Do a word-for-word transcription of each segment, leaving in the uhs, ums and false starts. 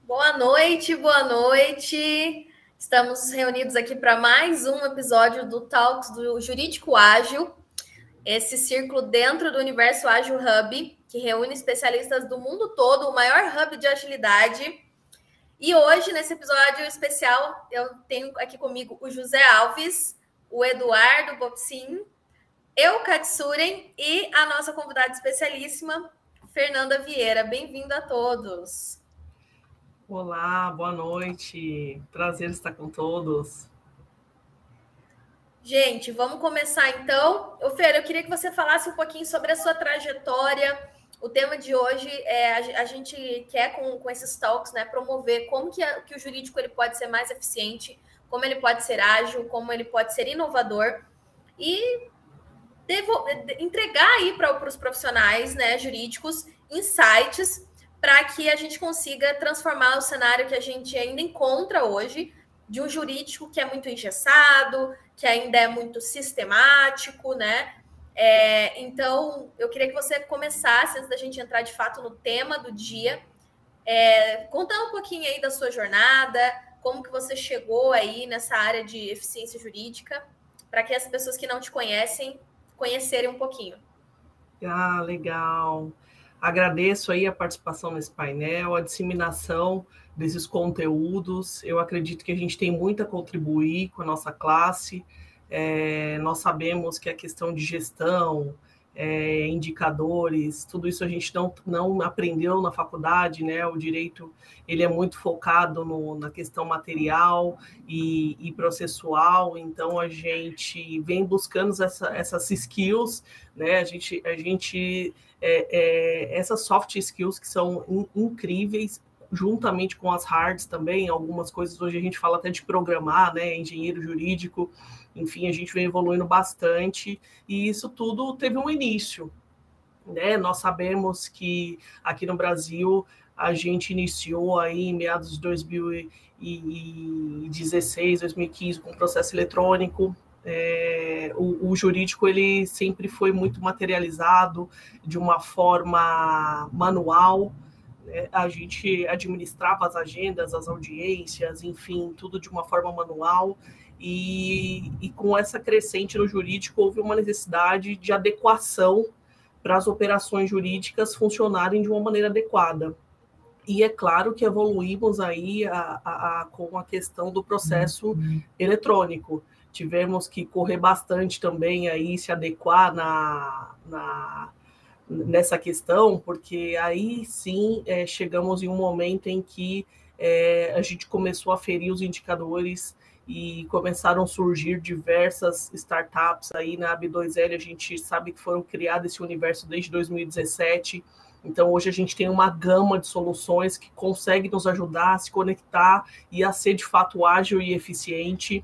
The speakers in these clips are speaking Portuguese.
Boa noite, boa noite. Estamos reunidos aqui para mais um episódio do Talks do Jurídico Ágil, esse círculo dentro do Universo Ágil Hub, que reúne especialistas do mundo todo, o maior hub de agilidade. E hoje, nesse episódio especial, eu tenho aqui comigo o José Alves, o Eduardo Bopsin, eu, Katsuren, e a nossa convidada especialíssima, Fernanda Vieira. Bem-vindo a todos. Olá, boa noite. Prazer estar com todos. Gente, vamos começar então. Ô, Fer, eu queria que você falasse um pouquinho sobre a sua trajetória. O tema de hoje é a gente quer com, com esses talks, né, promover como que, a, que o jurídico ele pode ser mais eficiente, como ele pode ser ágil, como ele pode ser inovador e devo, entregar aí para os profissionais, né, jurídicos insights para que a gente consiga transformar o cenário que a gente ainda encontra hoje de um jurídico que é muito engessado, que ainda é muito sistemático, né? É, então, eu queria que você começasse, antes da gente entrar de fato no tema do dia, é, contando um pouquinho aí da sua jornada, como que você chegou aí nessa área de eficiência jurídica, para que as pessoas que não te conhecem, conhecerem um pouquinho. Ah, legal. Agradeço aí a participação nesse painel, a disseminação desses conteúdos. Eu acredito que a gente tem muito a contribuir com a nossa classe. É, nós sabemos que a questão de gestão, é, indicadores, tudo isso a gente não, não aprendeu na faculdade, né? O direito ele é muito focado no, na questão material e, e processual, então a gente vem buscando essa, essas skills, né? A gente, a gente é, é, essas soft skills que são in, incríveis, juntamente com as hards também, algumas coisas hoje a gente fala até de programar, né? Engenheiro jurídico. Enfim, a gente vem evoluindo bastante e isso tudo teve um início, né? Nós sabemos que aqui no Brasil a gente iniciou aí em meados de dois mil e dezesseis, dois mil e quinze com o processo eletrônico. É, o, o jurídico ele sempre foi muito materializado de uma forma manual. A gente administrava as agendas, as audiências, enfim, tudo de uma forma manual. E, e com essa crescente no jurídico, houve uma necessidade de adequação para as operações jurídicas funcionarem de uma maneira adequada. E é claro que evoluímos aí a, a, a, com a questão do processo uhum. eletrônico. Tivemos que correr bastante também aí, se adequar na... na nessa questão, porque aí sim é, chegamos em um momento em que é, a gente começou a ferir os indicadores e começaram a surgir diversas startups aí na A B dois L, a gente sabe que foram criadas esse universo desde dois mil e dezessete, então hoje a gente tem uma gama de soluções que consegue nos ajudar a se conectar e a ser de fato ágil e eficiente.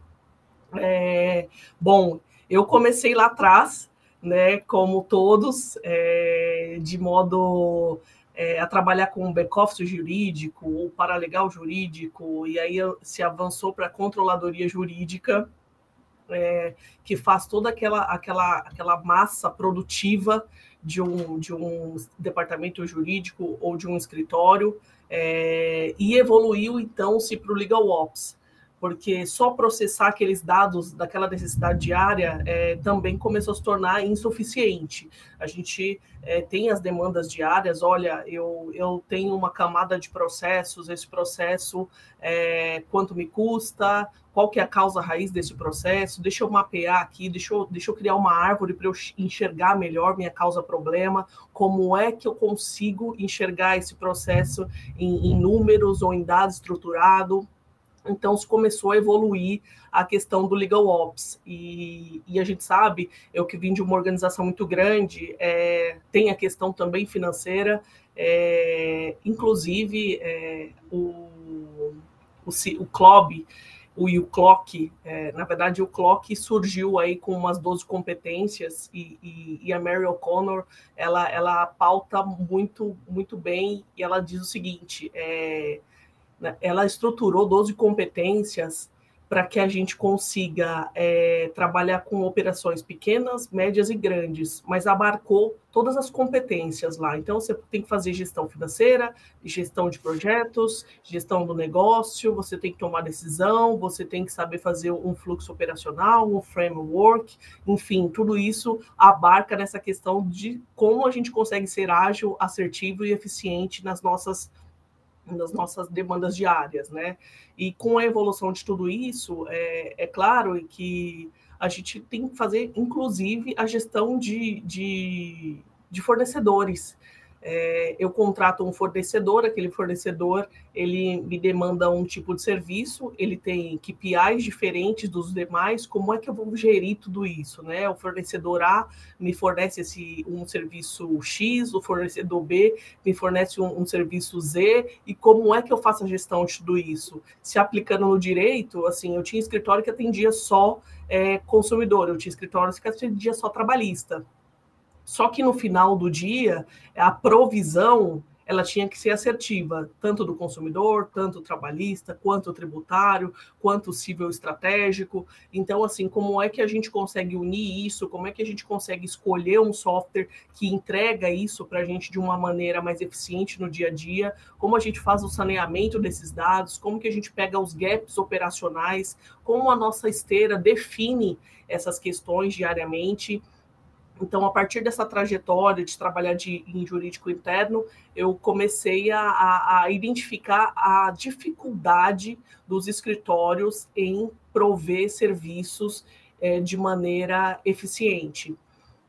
É, bom, eu comecei lá atrás, né, como todos, é, de modo é, a trabalhar com back-office jurídico ou paralegal jurídico, e aí se avançou para a controladoria jurídica, é, que faz toda aquela, aquela, aquela massa produtiva de um, de um departamento jurídico ou de um escritório, é, e evoluiu, então-se para o Legal Ops, porque só processar aqueles dados daquela necessidade diária é, também começou a se tornar insuficiente. A gente é, tem as demandas diárias, olha, eu, eu tenho uma camada de processos, esse processo, é, quanto me custa, qual que é a causa raiz desse processo, deixa eu mapear aqui, deixa eu, deixa eu criar uma árvore para eu enxergar melhor minha causa-problema, como é que eu consigo enxergar esse processo em, em números ou em dados estruturados. Então, se começou a evoluir a questão do Legal Ops. E, e a gente sabe, eu que vim de uma organização muito grande, é, tem a questão também financeira, é, inclusive é, o, o, o C L O B, o U C L O C, é, na verdade o C L O C surgiu aí com umas doze competências e, e, e a Mary O'Connor, ela, ela pauta muito, muito bem e ela diz o seguinte, é, ela estruturou doze competências para que a gente consiga é, trabalhar com operações pequenas, médias e grandes, mas abarcou todas as competências lá. Então, você tem que fazer gestão financeira, gestão de projetos, gestão do negócio, você tem que tomar decisão, você tem que saber fazer um fluxo operacional, um framework, enfim, tudo isso abarca nessa questão de como a gente consegue ser ágil, assertivo e eficiente nas nossas das nossas demandas diárias, né? E com a evolução de tudo isso, é, é claro que a gente tem que fazer, inclusive, a gestão de, de, de fornecedores. É, eu contrato um fornecedor, aquele fornecedor, ele me demanda um tipo de serviço, ele tem K P Is diferentes dos demais, como é que eu vou gerir tudo isso, né? O fornecedor A me fornece esse, um serviço X, o fornecedor B me fornece um, um serviço Z, e como é que eu faço a gestão de tudo isso? Se aplicando no direito, assim, eu tinha escritório que atendia só é, consumidor, eu tinha escritório que atendia só trabalhista. Só que no final do dia, a provisão ela tinha que ser assertiva, tanto do consumidor, tanto trabalhista, quanto tributário, quanto civil estratégico. Então, assim, como é que a gente consegue unir isso? Como é que a gente consegue escolher um software que entrega isso para a gente de uma maneira mais eficiente no dia a dia? Como a gente faz o saneamento desses dados? Como que a gente pega os gaps operacionais? Como a nossa esteira define essas questões diariamente? Então, a partir dessa trajetória de trabalhar de, em jurídico interno, eu comecei a, a, a identificar a dificuldade dos escritórios em prover serviços é, de maneira eficiente.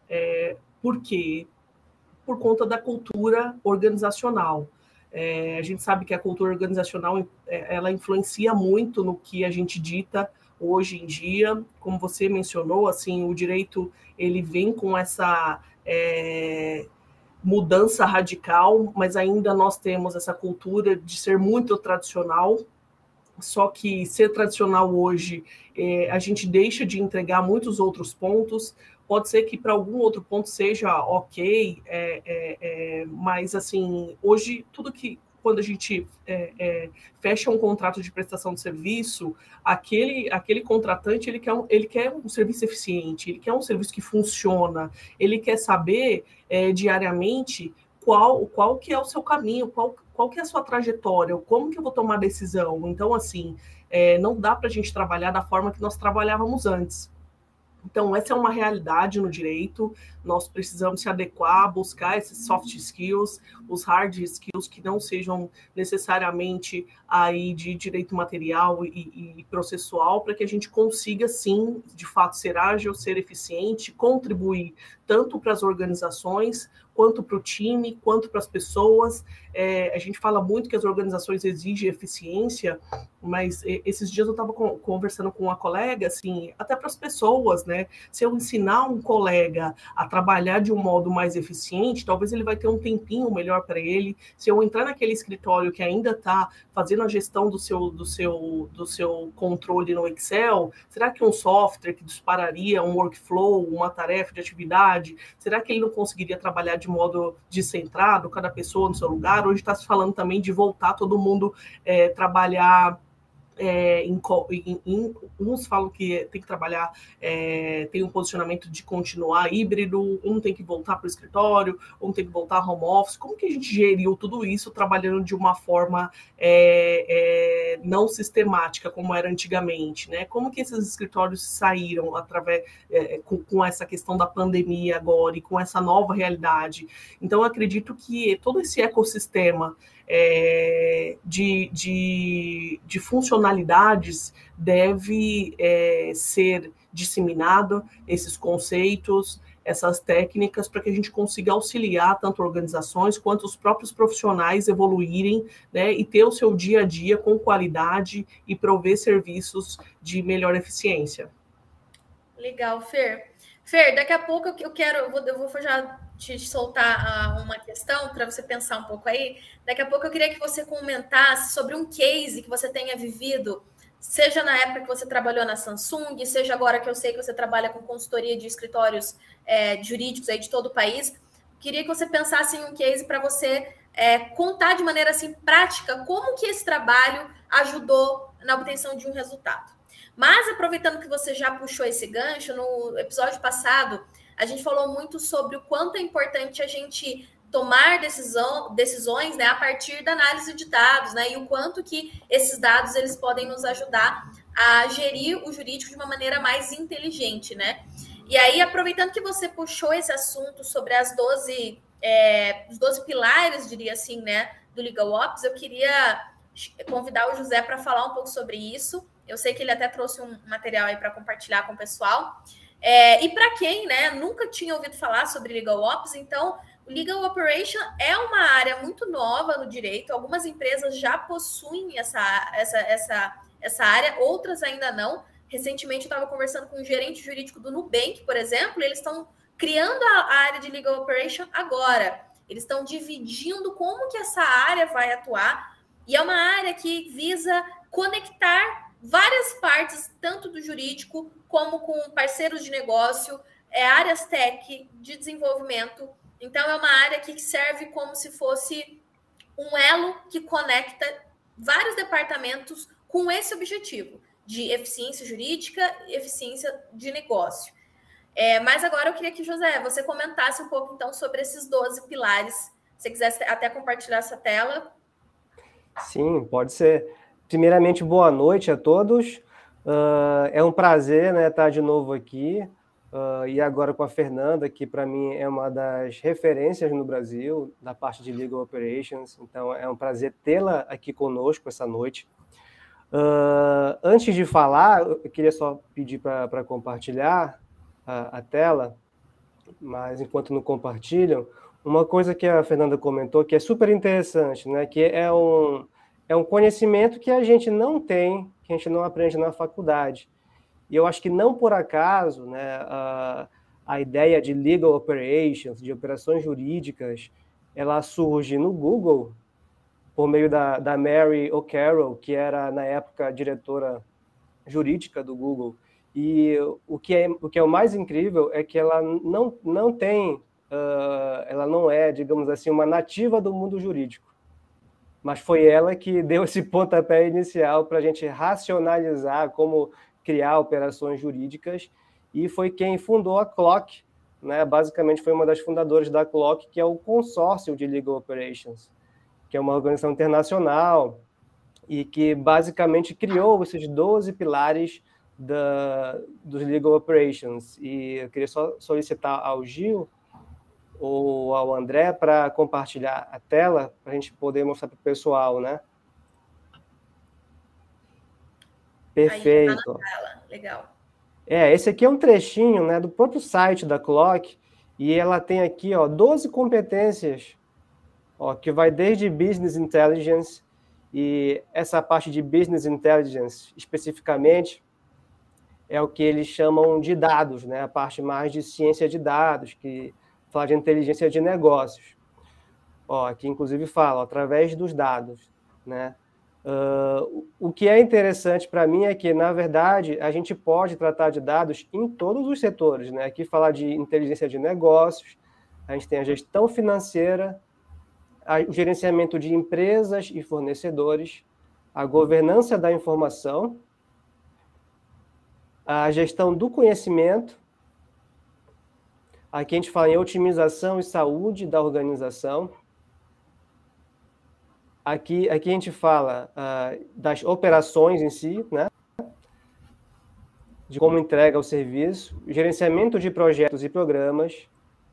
É, por quê? Por conta da cultura organizacional. É, a gente sabe que a cultura organizacional ela influencia muito no que a gente dita hoje em dia. Como você mencionou, assim, o direito ele vem com essa é, mudança radical, mas ainda nós temos essa cultura de ser muito tradicional. Só que ser tradicional hoje, é, a gente deixa de entregar muitos outros pontos. Pode ser que para algum outro ponto seja ok, é, é, é, mas assim, hoje tudo que quando a gente é, é, fecha um contrato de prestação de serviço, aquele, aquele contratante ele quer, um, ele quer um serviço eficiente, ele quer um serviço que funciona, ele quer saber é, diariamente qual, qual que é o seu caminho, qual, qual que é a sua trajetória, como que eu vou tomar a decisão. Então, assim, é, não dá para a gente trabalhar da forma que nós trabalhávamos antes. Então, essa é uma realidade no direito, nós precisamos se adequar, buscar esses soft skills, os hard skills que não sejam necessariamente aí de direito material e, e processual, para que a gente consiga, sim, de fato, ser ágil, ser eficiente, contribuir tanto para as organizações, quanto para o time, quanto para as pessoas. É, a gente fala muito que as organizações exigem eficiência, mas esses dias eu estava conversando com uma colega, assim, até para as pessoas, né? Se eu ensinar um colega a trabalhar de um modo mais eficiente, talvez ele vai ter um tempinho melhor para ele. Se eu entrar naquele escritório que ainda está fazendo a gestão do seu, do, seu, do seu controle no Excel, será que um software que dispararia um workflow, uma tarefa de atividade, será que ele não conseguiria trabalhar de modo descentrado, cada pessoa no seu lugar? Hoje está se falando também de voltar todo mundo é, trabalhar É, em, em, em, uns falam que tem que trabalhar, é, tem um posicionamento de continuar híbrido, um tem que voltar para o escritório, um tem que voltar home office. Como que a gente geriu tudo isso trabalhando de uma forma é, é, não sistemática, como era antigamente, né? Como que esses escritórios saíram através é, com, com essa questão da pandemia agora e com essa nova realidade? Então, eu acredito que todo esse ecossistema É, de, de, de funcionalidades deve é, ser disseminado, esses conceitos, essas técnicas, para que a gente consiga auxiliar tanto organizações quanto os próprios profissionais evoluírem, né, e ter o seu dia a dia com qualidade e prover serviços de melhor eficiência. Legal, Fer. Fer, daqui a pouco eu quero, eu vou, eu vou já te soltar uma questão para você pensar um pouco aí. Daqui a pouco eu queria que você comentasse sobre um case que você tenha vivido, seja na época que você trabalhou na Samsung, seja agora que eu sei que você trabalha com consultoria de escritórios é, jurídicos aí de todo o país. Queria que você pensasse em um case para você é, contar de maneira assim prática como que esse trabalho ajudou na obtenção de um resultado. Mas, aproveitando que você já puxou esse gancho, no episódio passado, a gente falou muito sobre o quanto é importante a gente tomar decisão, decisões, né, a partir da análise de dados, né, e o quanto que esses dados eles podem nos ajudar a gerir o jurídico de uma maneira mais inteligente, né? E aí, aproveitando que você puxou esse assunto sobre as doze, é, os doze pilares, diria assim, né, do Legal Ops, eu queria convidar o José para falar um pouco sobre isso. Eu sei que ele até trouxe um material aí para compartilhar com o pessoal. É, e para quem, né, nunca tinha ouvido falar sobre Legal Ops, então, o Legal Operation é uma área muito nova no direito. Algumas empresas já possuem essa, essa, essa, essa área, outras ainda não. Recentemente, eu estava conversando com um gerente jurídico do Nubank, por exemplo, e eles estão criando a área de Legal Operation agora. Eles estão dividindo como que essa área vai atuar, e é uma área que visa conectar várias partes, tanto do jurídico como com parceiros de negócio, é, áreas tech, de desenvolvimento. Então, é uma área que serve como se fosse um elo que conecta vários departamentos com esse objetivo de eficiência jurídica e eficiência de negócio. É, mas agora eu queria que, José, você comentasse um pouco, então, sobre esses doze pilares. Se você quisesse até compartilhar essa tela. Sim, pode ser. Primeiramente, boa noite a todos. Uh, é um prazer, né, estar de novo aqui. Uh, e agora com a Fernanda, que para mim é uma das referências no Brasil, da parte de Legal Operations. Então, é um prazer tê-la aqui conosco essa noite. Uh, antes de falar, eu queria só pedir para compartilhar a, a tela, mas enquanto não compartilham, uma coisa que a Fernanda comentou que é super interessante, né, que é um, é um conhecimento que a gente não tem, que a gente não aprende na faculdade. E eu acho que não por acaso, né, a, a ideia de legal operations, de operações jurídicas, ela surge no Google, por meio da, da Mary O'Carroll, que era, na época, diretora jurídica do Google. E o que é, o que é o mais incrível é que ela não, não tem, uh, ela não é, digamos assim, uma nativa do mundo jurídico. Mas foi ela que deu esse pontapé inicial para a gente racionalizar como criar operações jurídicas, e foi quem fundou a Clock, né? Basicamente foi uma das fundadoras da Clock, que é o consórcio de Legal Operations, que é uma organização internacional e que basicamente criou esses doze pilares da, dos Legal Operations. E eu queria só solicitar ao Gil ou ao André para compartilhar a tela, para a gente poder mostrar para o pessoal, né? Perfeito. Aí, tá na tela. Legal. É, esse aqui é um trechinho, né, do próprio site da Clock, e ela tem aqui, ó, doze competências, ó, que vai desde Business Intelligence, e essa parte de Business Intelligence, especificamente, é o que eles chamam de dados, né, a parte mais de ciência de dados, que fala de inteligência de negócios. Ó, aqui, inclusive, fala, ó, através dos dados, né. Uh, o que é interessante para mim é que, na verdade, a gente pode tratar de dados em todos os setores, né? Aqui falar de inteligência de negócios, a gente tem a gestão financeira, a, o gerenciamento de empresas e fornecedores, a governança da informação, a gestão do conhecimento, aqui a gente fala em otimização e saúde da organização. Aqui, aqui a gente fala uh, das operações em si, né? De como entrega o serviço, gerenciamento de projetos e programas,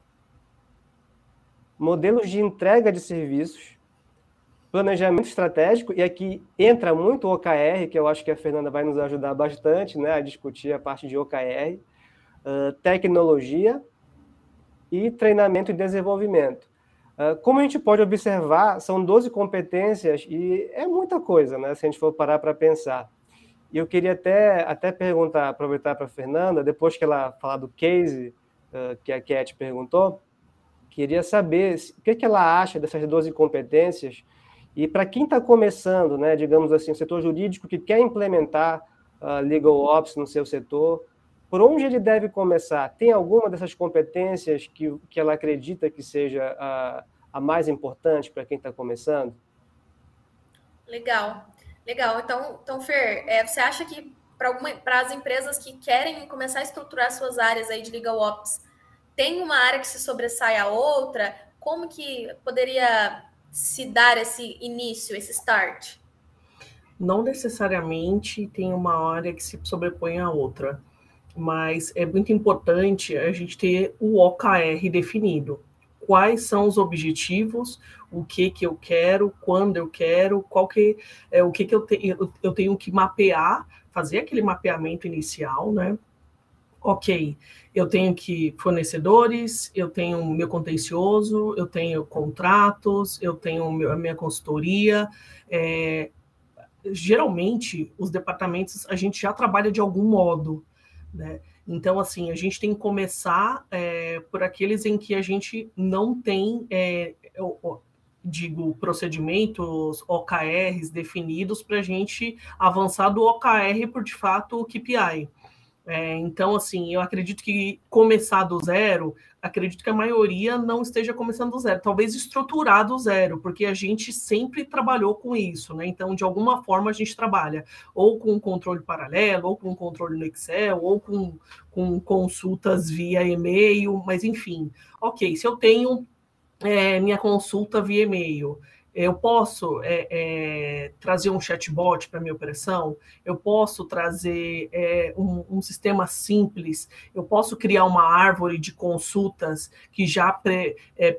modelos de entrega de serviços, planejamento estratégico, e aqui entra muito o O K R, que eu acho que a Fernanda vai nos ajudar bastante, né, a discutir a parte de O K R, uh, tecnologia e treinamento e desenvolvimento. Como a gente pode observar, são doze competências e é muita coisa, né? Se a gente for parar para pensar. E eu queria até, até perguntar, aproveitar para a Fernanda, depois que ela falar do case uh, que a Cat perguntou, queria saber o que, que ela acha dessas doze competências e para quem está começando, né, digamos assim, o setor jurídico que quer implementar uh, Legal Ops no seu setor, por onde ele deve começar? Tem alguma dessas competências que, que ela acredita que seja a, a mais importante para quem está começando? Legal, legal. Então, então Fer, é, você acha que para as empresas que querem começar a estruturar suas áreas aí de Legal Ops, tem uma área que se sobressai a outra? Como que poderia se dar esse início, esse start? Não necessariamente tem uma área que se sobrepõe à outra, mas é muito importante a gente ter o O K R definido. Quais são os objetivos, o que que eu quero, quando eu quero, qual que é o que que eu, te, eu, eu tenho que mapear, fazer aquele mapeamento inicial, né? Ok, eu tenho que fornecedores, eu tenho meu contencioso, eu tenho contratos, eu tenho a minha consultoria. É, geralmente, os departamentos, a gente já trabalha de algum modo, né? Então, assim, a gente tem que começar é, por aqueles em que a gente não tem, é, eu, digo, procedimentos, O K Rs definidos para a gente avançar do O K R por, de fato, o K P I. É, então, assim, eu acredito que começar do zero, acredito que a maioria não esteja começando do zero, talvez estruturar do zero, porque a gente sempre trabalhou com isso, né? Então, de alguma forma, a gente trabalha ou com controle paralelo, ou com controle no Excel, ou com, com consultas via e-mail, mas enfim. Ok, se eu tenho é, minha consulta via e-mail, eu posso é, é, trazer um chatbot para minha operação, eu posso trazer é, um, um sistema simples, eu posso criar uma árvore de consultas que já pré,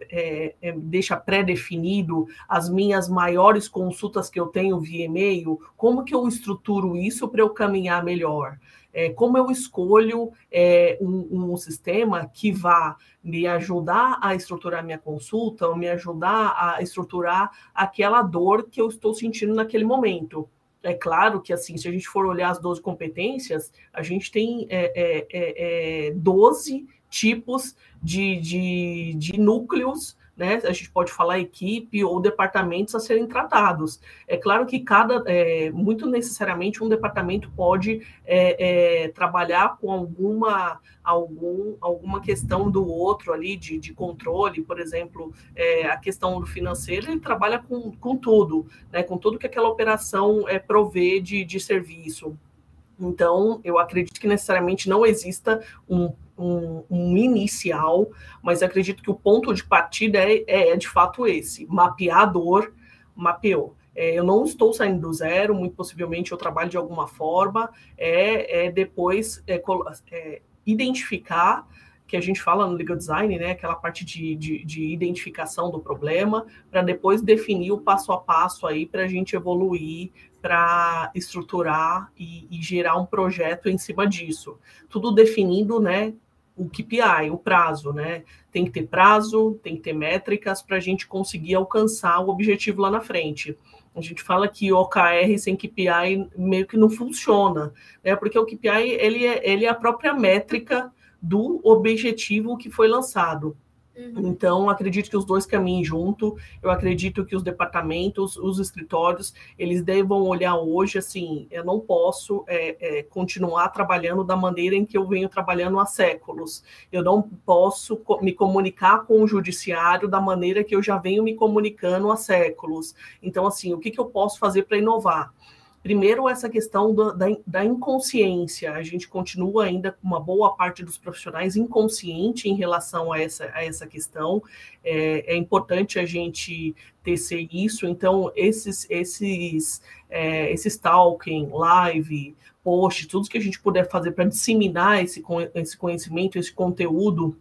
é, é, deixa pré-definido as minhas maiores consultas que eu tenho via e-mail. Como que eu estruturo isso para eu caminhar melhor? É, como eu escolho é, um, um sistema que vá me ajudar a estruturar minha consulta, ou me ajudar a estruturar aquela dor que eu estou sentindo naquele momento. É claro que, assim, se a gente for olhar as doze competências, a gente tem é, é, é, doze tipos de, de, de núcleos, né? A gente pode falar equipe ou departamentos a serem tratados. É claro que cada, é, muito necessariamente, um departamento pode é, é, trabalhar com alguma, algum, alguma questão do outro ali, de, de controle, por exemplo, é, a questão do financeiro, ele trabalha com, com tudo, né? Com tudo que aquela operação é, provê de, de serviço. Então, eu acredito que necessariamente não exista um, um, um inicial, mas acredito que o ponto de partida é, é de fato esse, mapear a dor, mapeou. É, eu não estou saindo do zero, muito possivelmente eu trabalho de alguma forma, é, é depois é, é, identificar, que a gente fala no Legal Design, né, aquela parte de, de, de identificação do problema, para depois definir o passo a passo aí para a gente evoluir, para estruturar e, e gerar um projeto em cima disso. Tudo definindo, né, o K P I, o prazo, né? Tem que ter prazo, tem que ter métricas para a gente conseguir alcançar o objetivo lá na frente. A gente fala que O K R sem K P I meio que não funciona, né? Porque o K P I ele é, ele é a própria métrica do objetivo que foi lançado. Uhum. Então, acredito que os dois caminhem junto. Eu acredito que os departamentos, os escritórios, eles devam olhar hoje, assim, eu não posso é, é, continuar trabalhando da maneira em que eu venho trabalhando há séculos. Eu não posso me comunicar com o judiciário da maneira que eu já venho me comunicando há séculos. Então, assim, o que, que eu posso fazer para inovar? Primeiro, essa questão do, da, da inconsciência. A gente continua ainda com uma boa parte dos profissionais inconsciente em relação a essa, a essa questão. É, é importante a gente tecer isso. Então, esses, esses, é, esse stalking, live, post, tudo que a gente puder fazer para disseminar esse, esse conhecimento, esse conteúdo,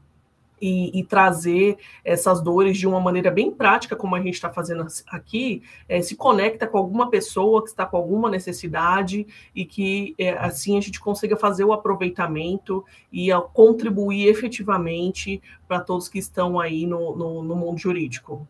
E, e trazer essas dores de uma maneira bem prática, como a gente está fazendo aqui, é, se conecta com alguma pessoa que está com alguma necessidade e que é, assim a gente consiga fazer o aproveitamento e a contribuir efetivamente para todos que estão aí no, no, no mundo jurídico.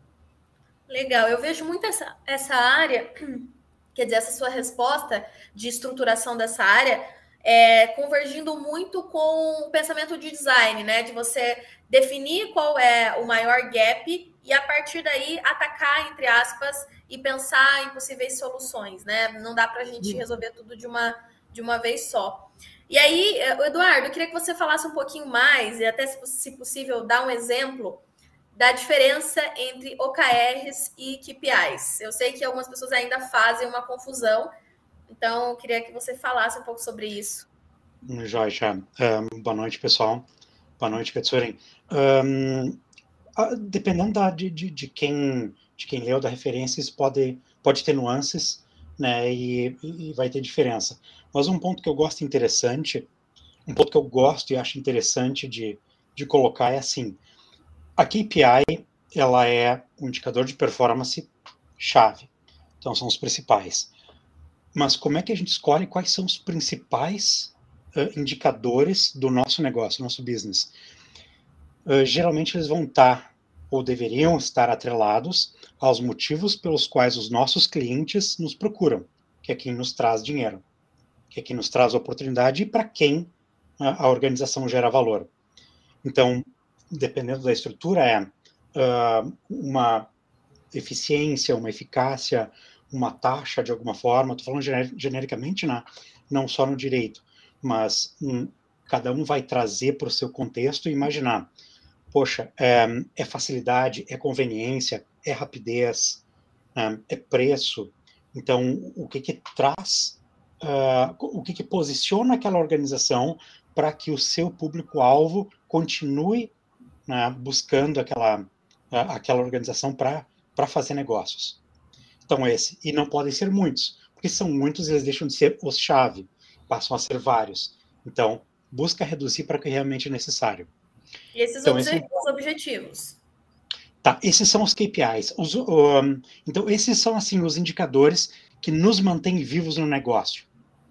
Legal, eu vejo muito essa, essa área, quer dizer, essa sua resposta de estruturação dessa área, É, convergindo muito com o pensamento de design, né? De você definir qual é o maior gap e, a partir daí, atacar, entre aspas, e pensar em possíveis soluções, né? Não dá para a gente resolver tudo de uma, de uma vez só. E aí, Eduardo, eu queria que você falasse um pouquinho mais, e até, se possível, dar um exemplo da diferença entre O K Rs e K P Is. Eu sei que algumas pessoas ainda fazem uma confusão, Então, eu queria que você falasse um pouco sobre isso. Joia. Um, boa noite, pessoal. Boa noite, Katsuren. Um, dependendo da, de, de, de, quem, de quem leu da referência, isso pode, pode ter nuances, né, e, e vai ter diferença. Mas um ponto que eu gosto interessante, um ponto que eu gosto e acho interessante de, de colocar é assim, a K P I, ela é um indicador de performance chave. Então, são os principais. Mas como é que a gente escolhe quais são os principais uh, indicadores do nosso negócio, do nosso business? Uh, geralmente, eles vão estar, ou deveriam estar atrelados aos motivos pelos quais os nossos clientes nos procuram, que é quem nos traz dinheiro, que é quem nos traz oportunidade e para quem uh, a organização gera valor. Então, dependendo da estrutura, é uh, uma eficiência, uma eficácia, uma taxa de alguma forma, estou falando gener genericamente, né? Não só no direito, mas um, cada um vai trazer para o seu contexto e imaginar, poxa, é, é facilidade, é conveniência, é rapidez, é, é preço, então o que que traz, uh, o que que posiciona aquela organização para que o seu público-alvo continue, né, buscando aquela, uh, aquela organização para para fazer negócios. Então, esse. E não podem ser muitos, porque são muitos, eles deixam de ser os-chave, passam a ser vários. Então, busca reduzir para o que realmente é necessário. E esses então, obje esse... os objetivos? Tá, esses são os K P Is. Os, um, então, esses são, assim, os indicadores que nos mantêm vivos no negócio,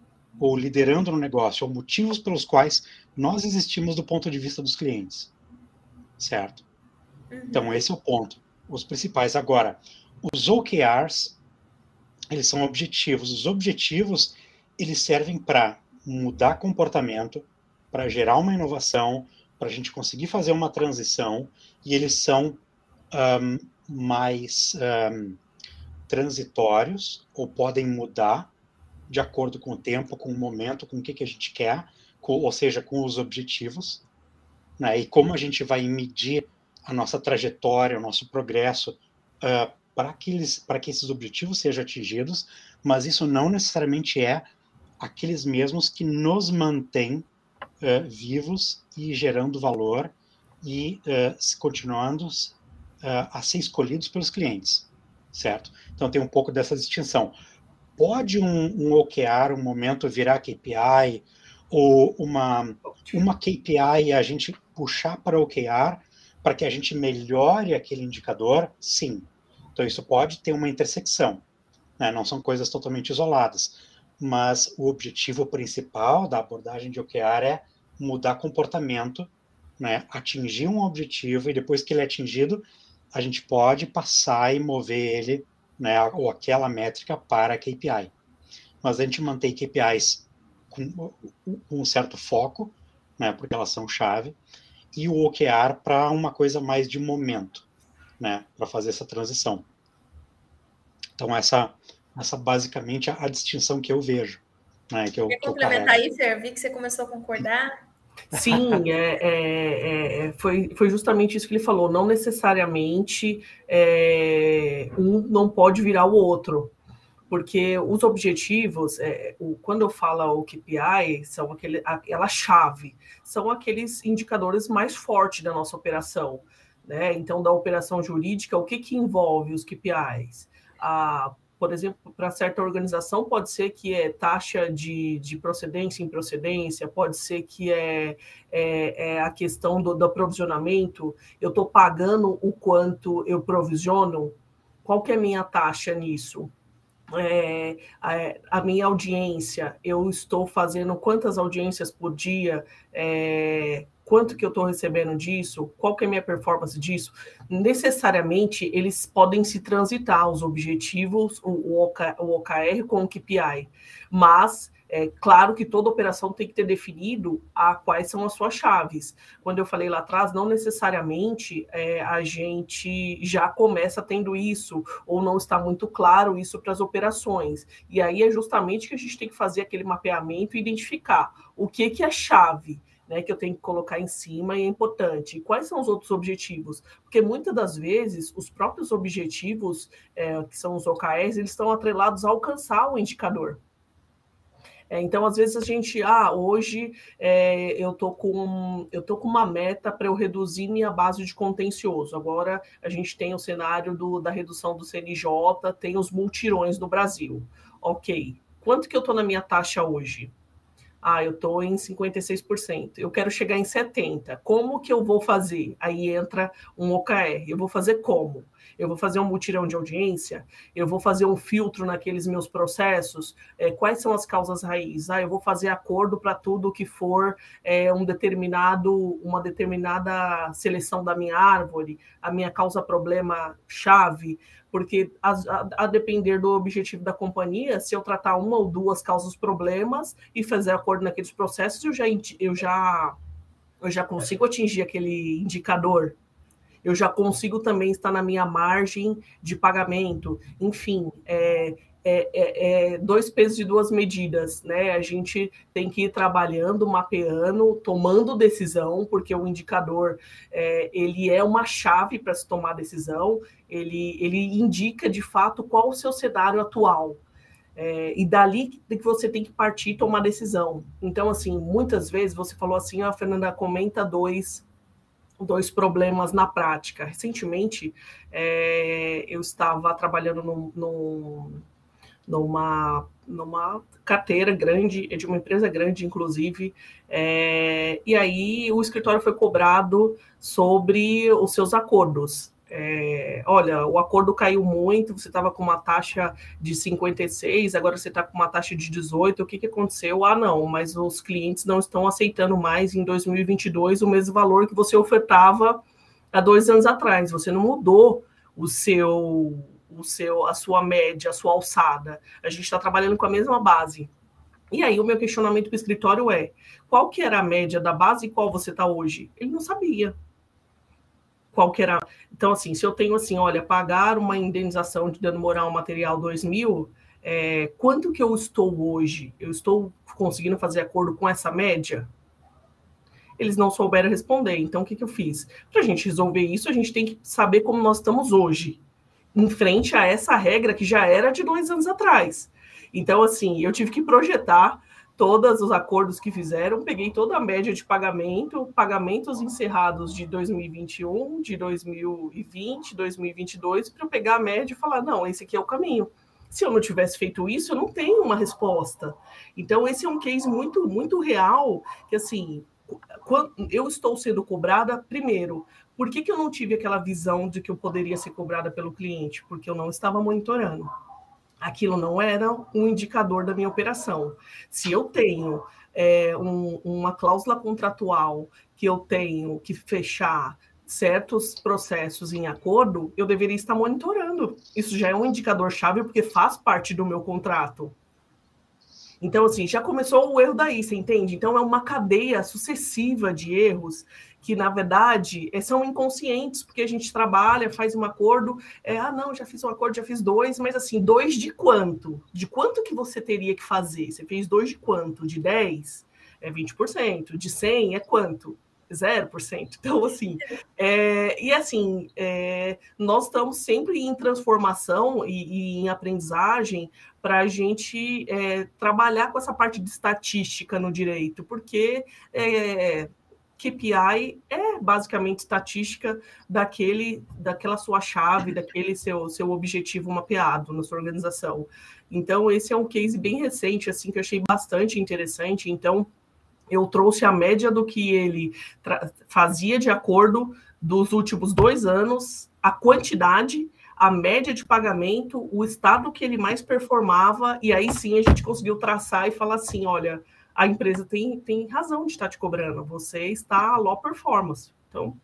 ou liderando no negócio, ou motivos pelos quais nós existimos do ponto de vista dos clientes. Certo? Uhum. Então, esse é o ponto. Os principais. Agora, os O K Rs, eles são objetivos. Os objetivos, eles servem para mudar comportamento, para gerar uma inovação, para a gente conseguir fazer uma transição, e eles são um, mais um, transitórios, ou podem mudar de acordo com o tempo, com o momento, com o que, que a gente quer, com, ou seja, com os objetivos, né, e como a gente vai medir a nossa trajetória, o nosso progresso, uh, para que, eles, para que esses objetivos sejam atingidos, mas isso não necessariamente é aqueles mesmos que nos mantêm uh, vivos e gerando valor e uh, continuando uh, a ser escolhidos pelos clientes, certo? Então tem um pouco dessa distinção. Pode um, um O K R, um momento, virar K P I, ou uma, uma K P I a gente puxar para o O K R, para que a gente melhore aquele indicador? Sim. Então, isso pode ter uma intersecção, né? Não são coisas totalmente isoladas, mas o objetivo principal da abordagem de O K R é mudar comportamento, né? Atingir um objetivo, e depois que ele é atingido, a gente pode passar e mover ele, né, ou aquela métrica para a K P I. Mas a gente mantém K P Is com, com um certo foco, né, porque elas são chave, e o O K R para uma coisa mais de momento, né, para fazer essa transição. Então, essa, essa basicamente a, a distinção que eu vejo. Né, que eu, Quer que complementar isso, Fer? Vi que você começou a concordar. Sim, é, é, é, foi, foi justamente isso que ele falou. Não necessariamente é, um não pode virar o outro. Porque os objetivos, é, o, quando eu falo o K P I, são aquele, aquela chave, são aqueles indicadores mais fortes da nossa operação, né? Então, da operação jurídica, o que, que envolve os K P Is? Ah, por exemplo, para certa organização, pode ser que é taxa de, de procedência e improcedência, pode ser que é, é, é a questão do, do aprovisionamento, eu estou pagando o quanto eu provisiono, qual que é a minha taxa nisso? É, a, a minha audiência, eu estou fazendo quantas audiências por dia, é, quanto que eu estou recebendo disso, qual que é a minha performance disso. Necessariamente, eles podem se transitar, os objetivos, o, o, o O K R com o K P I, mas é claro que toda operação tem que ter definido a quais são as suas chaves. Quando eu falei lá atrás, não necessariamente é, a gente já começa tendo isso, ou não está muito claro isso para as operações. E aí é justamente que a gente tem que fazer aquele mapeamento e identificar o que, que é chave, né, que eu tenho que colocar em cima e é importante. E quais são os outros objetivos? Porque muitas das vezes os próprios objetivos, é, que são os O K Rs, eles estão atrelados a alcançar o indicador. É, então, às vezes a gente, ah, hoje é, eu tô com eu tô com uma meta para eu reduzir minha base de contencioso. Agora a gente tem o cenário do, da redução do C N J, tem os multirões no Brasil. Ok, quanto que eu tô na minha taxa hoje? Ah, eu estou em cinquenta e seis por cento. Eu quero chegar em setenta por cento. Como que eu vou fazer? Aí entra um O K R. Eu vou fazer como? Eu vou fazer um mutirão de audiência? Eu vou fazer um filtro naqueles meus processos? É, quais são as causas raiz? Ah, eu vou fazer acordo para tudo que for é, um determinado, uma determinada seleção da minha árvore, a minha causa-problema-chave, porque a, a, a depender do objetivo da companhia, se eu tratar uma ou duas causas-problemas e fazer acordo naqueles processos, eu já, eu já, eu já consigo atingir aquele indicador. Eu já consigo também estar na minha margem de pagamento. Enfim, é, é, é, é dois pesos e duas medidas, né? A gente tem que ir trabalhando, mapeando, tomando decisão, porque o indicador é, ele é uma chave para se tomar decisão, ele, ele indica, de fato, qual o seu cenário atual. É, e dali que você tem que partir e tomar decisão. Então, assim, muitas vezes você falou assim, ó, Fernanda, comenta dois... dois problemas na prática. Recentemente, é, eu estava trabalhando num, num, numa, numa carteira grande, de uma empresa grande, inclusive, é, e aí o escritório foi cobrado sobre os seus acordos. É, olha, o acordo caiu muito, você estava com uma taxa de cinquenta e seis, agora você está com uma taxa de dezoito, o que, que aconteceu? Ah, não, mas os clientes não estão aceitando mais em dois mil e vinte e dois o mesmo valor que você ofertava há dois anos atrás, você não mudou o seu, o seu, a sua média, a sua alçada, a gente está trabalhando com a mesma base. E aí o meu questionamento para o escritório é, qual que era a média da base e qual você está hoje? Ele não sabia. Qual que era. Então, assim, se eu tenho assim, olha, pagar uma indenização de dano moral material dois mil, é, quanto que eu estou hoje? Eu estou conseguindo fazer acordo com essa média? Eles não souberam responder. Então, o que, que eu fiz? Para a gente resolver isso, a gente tem que saber como nós estamos hoje, em frente a essa regra que já era de dois anos atrás. Então, assim, eu tive que projetar todos os acordos que fizeram, peguei toda a média de pagamento, pagamentos encerrados de dois mil e vinte e um, de dois mil e vinte, dois mil e vinte e dois, para eu pegar a média e falar, não, esse aqui é o caminho. Se eu não tivesse feito isso, eu não tenho uma resposta. Então, esse é um case muito, muito real, que assim, quando eu estou sendo cobrada, primeiro, por que, que eu não tive aquela visão de que eu poderia ser cobrada pelo cliente? Porque eu não estava monitorando. Aquilo não era um indicador da minha operação. Se eu tenho é, um, uma cláusula contratual que eu tenho que fechar certos processos em acordo, eu deveria estar monitorando. Isso já é um indicador-chave porque faz parte do meu contrato. Então, assim, já começou o erro daí, você entende? Então, é uma cadeia sucessiva de erros que, na verdade, são inconscientes, porque a gente trabalha, faz um acordo, é, ah, não, já fiz um acordo, já fiz dois, mas, assim, dois de quanto? De quanto que você teria que fazer? Você fez dois de quanto? De dez? É vinte por cento. De cem é quanto? zero por cento. Então, assim, é, e assim, é, nós estamos sempre em transformação e, e em aprendizagem para a gente é, trabalhar com essa parte de estatística no direito, porque é, K P I é basicamente estatística daquele, daquela sua chave, daquele seu, seu objetivo mapeado na sua organização. Então, esse é um case bem recente, assim, que eu achei bastante interessante. Então, eu trouxe a média do que ele fazia de acordo dos últimos dois anos, a quantidade, a média de pagamento, o estado que ele mais performava, e aí sim a gente conseguiu traçar e falar assim, olha, a empresa tem, tem razão de estar te cobrando, você está low performance. Então...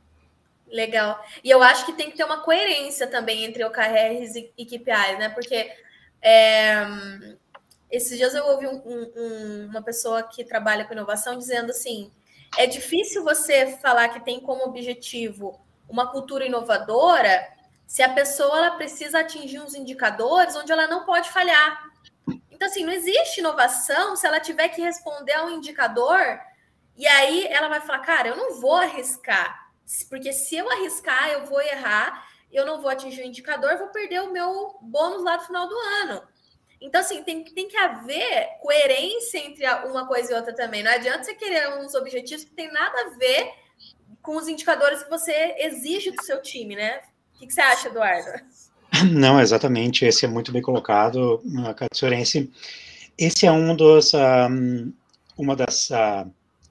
Legal. E eu acho que tem que ter uma coerência também entre O K Rs e K P Is, né? Porque... É... Esses dias eu ouvi um, um, uma pessoa que trabalha com inovação dizendo assim, é difícil você falar que tem como objetivo uma cultura inovadora se a pessoa ela precisa atingir uns indicadores onde ela não pode falhar. Então, assim, não existe inovação se ela tiver que responder a um indicador e aí ela vai falar, cara, eu não vou arriscar, porque se eu arriscar, eu vou errar, eu não vou atingir o indicador, vou perder o meu bônus lá no final do ano. Então, assim, tem, tem que haver coerência entre uma coisa e outra também. Não adianta você querer uns objetivos que não tem nada a ver com os indicadores que você exige do seu time, né? O que, que você acha, Eduardo? Não, exatamente. Esse é muito bem colocado, Katsurense. Esse é um dos, um, uma das, uh,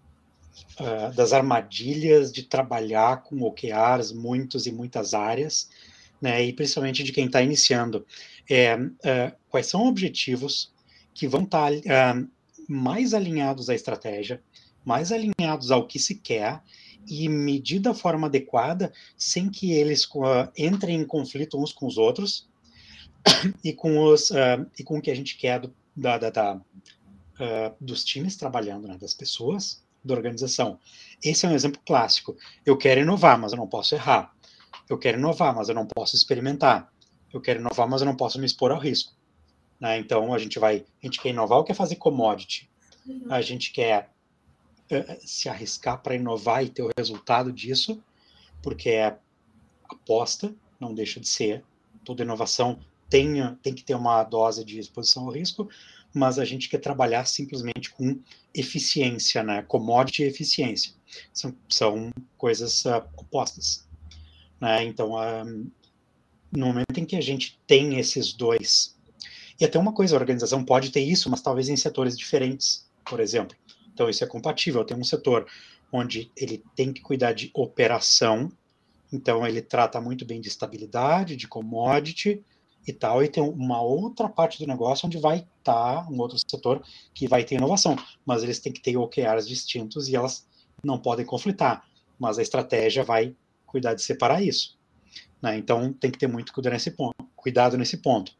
uh, das armadilhas de trabalhar com O K Rs, muitos e muitas áreas, né, e principalmente de quem está iniciando. É, uh, quais são objetivos que vão estar tá, uh, mais alinhados à estratégia, mais alinhados ao que se quer, e medir da forma adequada, sem que eles uh, entrem em conflito uns com os outros, e com, os, uh, e com o que a gente quer do, da, da, da, uh, dos times trabalhando, né, das pessoas, da organização. Esse é um exemplo clássico. Eu quero inovar, mas eu não posso errar. Eu quero inovar, mas eu não posso experimentar. Eu quero inovar, mas eu não posso me expor ao risco. Né? Então, a gente vai... A gente quer inovar ou quer fazer commodity? Uhum. A gente quer uh, se arriscar para inovar e ter o resultado disso, porque é aposta, não deixa de ser. Toda inovação tem, tem que ter uma dose de exposição ao risco, mas a gente quer trabalhar simplesmente com eficiência, né? Commodity e eficiência. São, são coisas uh, opostas. Né? Então, uh, no momento em que a gente tem esses dois, e até uma coisa, a organização pode ter isso, mas talvez em setores diferentes, por exemplo. Então, isso é compatível. Tem um setor onde ele tem que cuidar de operação, então ele trata muito bem de estabilidade, de commodity e tal, e tem uma outra parte do negócio onde vai estar um outro setor que vai ter inovação, mas eles têm que ter O K Rs distintos e elas não podem conflitar, mas a estratégia vai cuidar de separar isso. Né? Então, tem que ter muito cuidado nesse ponto. Cuidado nesse ponto.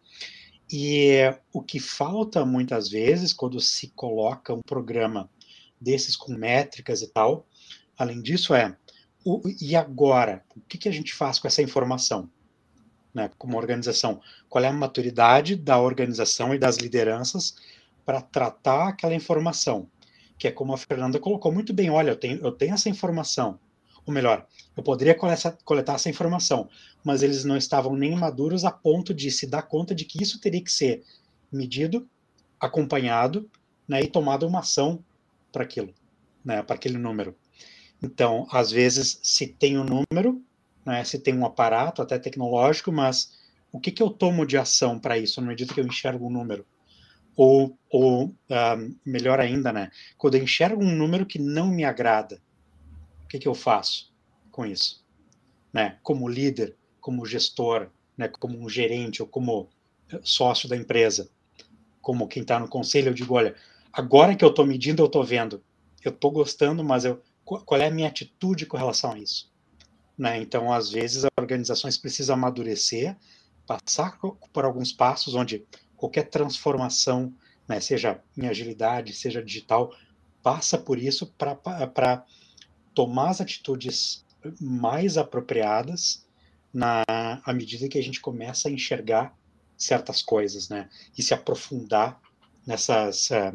E o que falta muitas vezes, quando se coloca um programa desses com métricas e tal, além disso é, o, e agora? O que, que a gente faz com essa informação? Né, como organização? Qual é a maturidade da organização e das lideranças para tratar aquela informação? Que é como a Fernanda colocou muito bem, olha, eu tenho, eu tenho essa informação, ou melhor, eu poderia coletar, coletar essa informação, mas eles não estavam nem maduros a ponto de se dar conta de que isso teria que ser medido, acompanhado, né, e tomada uma ação para aquilo, né, para aquele número. Então, às vezes, se tem um número, né, se tem um aparato até tecnológico, mas o que, que eu tomo de ação para isso, na medida que eu enxergo um número? Ou, ou uh, melhor ainda, né, quando eu enxergo um número que não me agrada, o que, que eu faço com isso? Né, como líder, como gestor, né, como um gerente ou como sócio da empresa, como quem está no conselho, eu digo, olha, agora que eu estou medindo, eu estou vendo, eu estou gostando, mas eu, qual é a minha atitude com relação a isso? Né? Então, às vezes, as organizações precisam amadurecer, passar por alguns passos onde qualquer transformação, né, seja em agilidade, seja digital, passa por isso para tomar as atitudes mais apropriadas na à medida que a gente começa a enxergar certas coisas, né, e se aprofundar nessas, uh,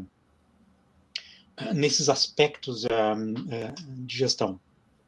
nesses aspectos uh, uh, de gestão.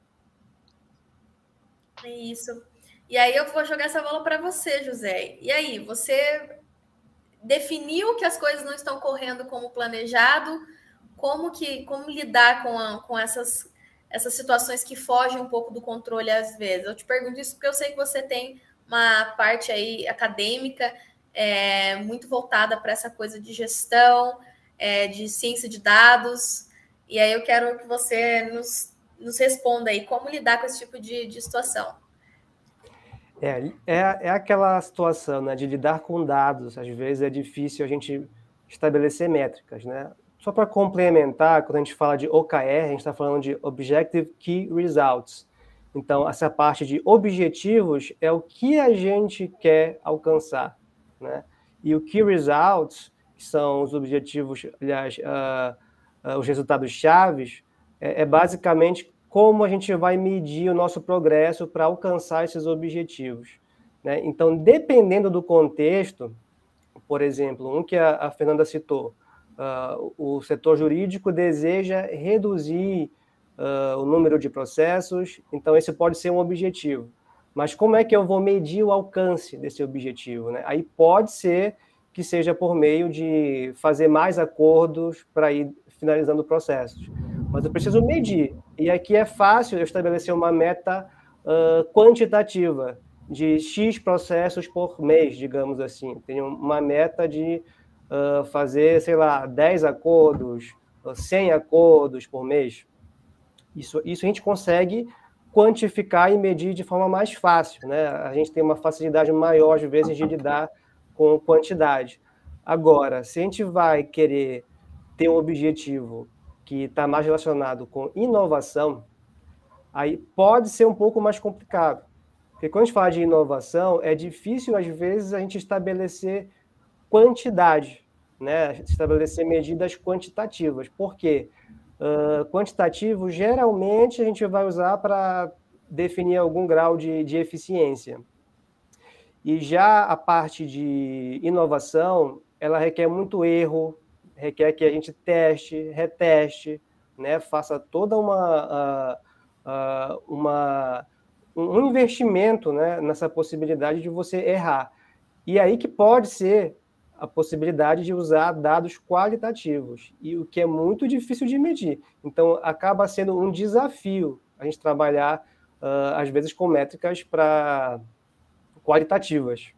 É isso. E aí eu vou jogar essa bola para você, José. E aí, você definiu que as coisas não estão correndo como planejado? Como que, como lidar com, a, com essas, essas situações que fogem um pouco do controle às vezes? Eu te pergunto isso porque eu sei que você tem uma parte aí acadêmica é, muito voltada para essa coisa de gestão, é, de ciência de dados. E aí eu quero que você nos nos responda aí como lidar com esse tipo de, de situação. É, é, é aquela situação, né, de lidar com dados. Às vezes é difícil a gente estabelecer métricas, né? Só para complementar, quando a gente fala de O K R, a gente está falando de Objective Key Results. Então, essa parte de objetivos é o que a gente quer alcançar, né? E o Key Results, que são os objetivos, aliás, uh, uh, os resultados chaves, é basicamente como a gente vai medir o nosso progresso para alcançar esses objetivos. Né? Então, dependendo do contexto, por exemplo, um que a Fernanda citou, uh, o setor jurídico deseja reduzir uh, o número de processos, então esse pode ser um objetivo. Mas como é que eu vou medir o alcance desse objetivo? Né? Aí pode ser que seja por meio de fazer mais acordos para ir finalizando processos. Mas eu preciso medir. E aqui é fácil eu estabelecer uma meta uh, quantitativa de X processos por mês, digamos assim. Tenho uma meta de uh, fazer, sei lá, dez acordos, cem acordos por mês. Isso, isso a gente consegue quantificar e medir de forma mais fácil, né? A gente tem uma facilidade maior, às vezes, de lidar com quantidade. Agora, se a gente vai querer ter um objetivo que está mais relacionado com inovação, aí pode ser um pouco mais complicado. Porque quando a gente fala de inovação, é difícil, às vezes, a gente estabelecer quantidade, né? Estabelecer medidas quantitativas. Por quê? Uh, quantitativo, geralmente, a gente vai usar para definir algum grau de, de eficiência. E já a parte de inovação, ela requer muito erro, requer que a gente teste, reteste, né? Faça toda uma, uh, uh, uma, um investimento, né? Nessa possibilidade de você errar. E aí que pode ser a possibilidade de usar dados qualitativos, e o que é muito difícil de medir. Então, acaba sendo um desafio a gente trabalhar, uh, às vezes, com métricas para qualitativas.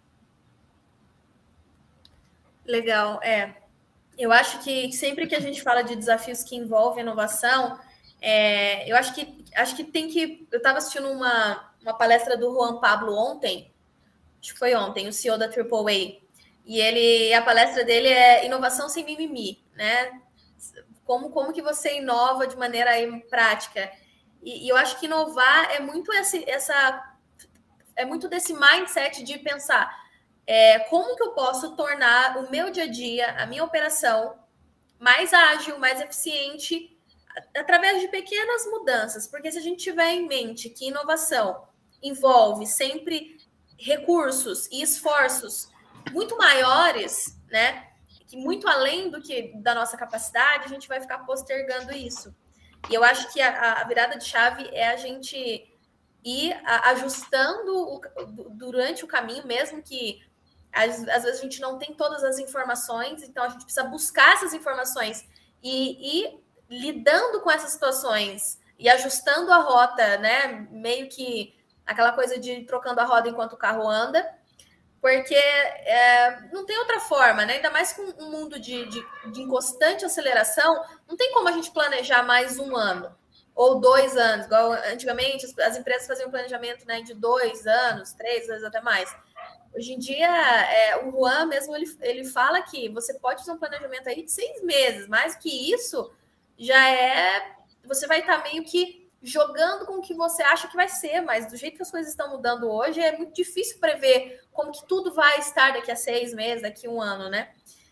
Legal, é. Eu acho que sempre que a gente fala de desafios que envolvem inovação, é, eu acho que, acho que tem que... Eu estava assistindo uma, uma palestra do Juan Pablo ontem, acho que foi ontem, o C E O da Triple A, e ele, a palestra dele é inovação sem mimimi, né? Como, como que você inova de maneira aí prática. E, e eu acho que inovar é muito, esse, essa, é muito desse mindset de pensar é, como que eu posso tornar o meu dia a dia, a minha operação, mais ágil, mais eficiente, através de pequenas mudanças. Porque se a gente tiver em mente que inovação envolve sempre recursos e esforços muito maiores, né? Que muito além do que da nossa capacidade, a gente vai ficar postergando isso. E eu acho que a, a virada de chave é a gente ir ajustando o, durante o caminho, mesmo que às, às vezes a gente não tem todas as informações, então a gente precisa buscar essas informações e ir lidando com essas situações e ajustando a rota, né? Meio que aquela coisa de trocando a roda enquanto o carro anda. Porque é, não tem outra forma, né? Ainda mais com um mundo de, de, de constante aceleração, não tem como a gente planejar mais um ano ou dois anos, igual antigamente as empresas faziam planejamento, né, de dois anos, três anos, até mais. Hoje em dia, é, o Juan mesmo, ele, ele fala que você pode fazer um planejamento aí de seis meses, mais que isso já é... Você vai estar meio que jogando com o que você acha que vai ser, mas do jeito que as coisas estão mudando hoje, é muito difícil prever como que tudo vai estar daqui a seis meses, daqui a um ano, né?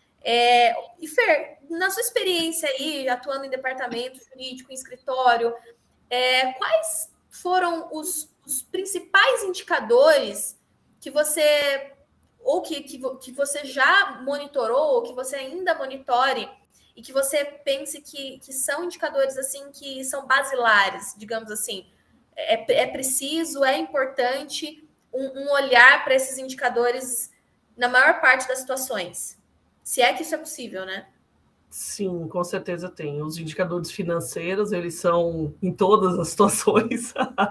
É, e Fer, na sua experiência aí, atuando em departamento jurídico, em escritório, é, quais foram os, os principais indicadores que você, ou que, que, que você já monitorou, ou que você ainda monitore, e que você pense que, que são indicadores assim que são basilares, digamos assim. É, é preciso, é importante um, um olhar para esses indicadores na maior parte das situações. Se é que isso é possível, né? Sim, com certeza tem. Os indicadores financeiros, eles são em todas as situações.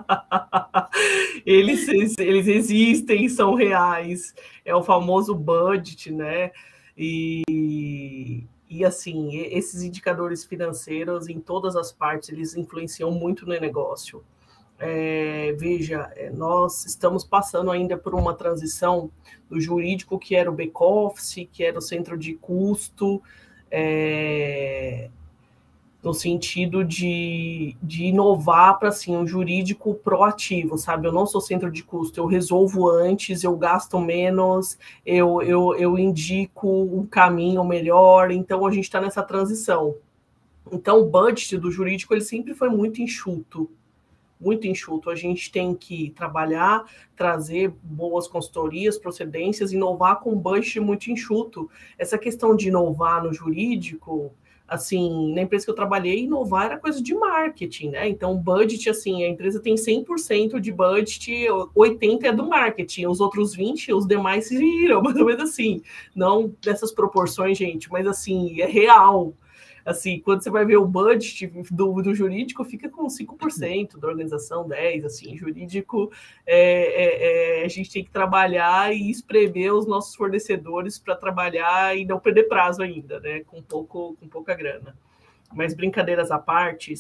eles, eles existem, são reais. É o famoso budget, né? E... E, assim, esses indicadores financeiros, em todas as partes, eles influenciam muito no negócio. É, veja, nós estamos passando ainda por uma transição do jurídico, que era o back-office, que era o centro de custo, é, no sentido de, de inovar para, assim, um jurídico proativo, sabe? Eu não sou centro de custo, eu resolvo antes, eu gasto menos, eu, eu, eu indico um caminho melhor, então a gente está nessa transição. Então o budget do jurídico, ele sempre foi muito enxuto, muito enxuto. A gente tem que trabalhar, trazer boas consultorias, procedências, inovar com um budget muito enxuto. Essa questão de inovar no jurídico, assim, na empresa que eu trabalhei, inovar era coisa de marketing, né? Então, o budget, assim, a empresa tem cem por cento de budget, oitenta por cento é do marketing, os outros vinte por cento, os demais se viram, mais ou menos assim. Não dessas proporções, gente, mas, assim, é real. Assim, quando você vai ver o budget do, do jurídico, fica com cinco por cento da organização, dez por cento, assim, jurídico, é, é, é, a gente tem que trabalhar e espremer os nossos fornecedores para trabalhar e não perder prazo ainda, né, com, pouco, com pouca grana. Mas brincadeiras à parte,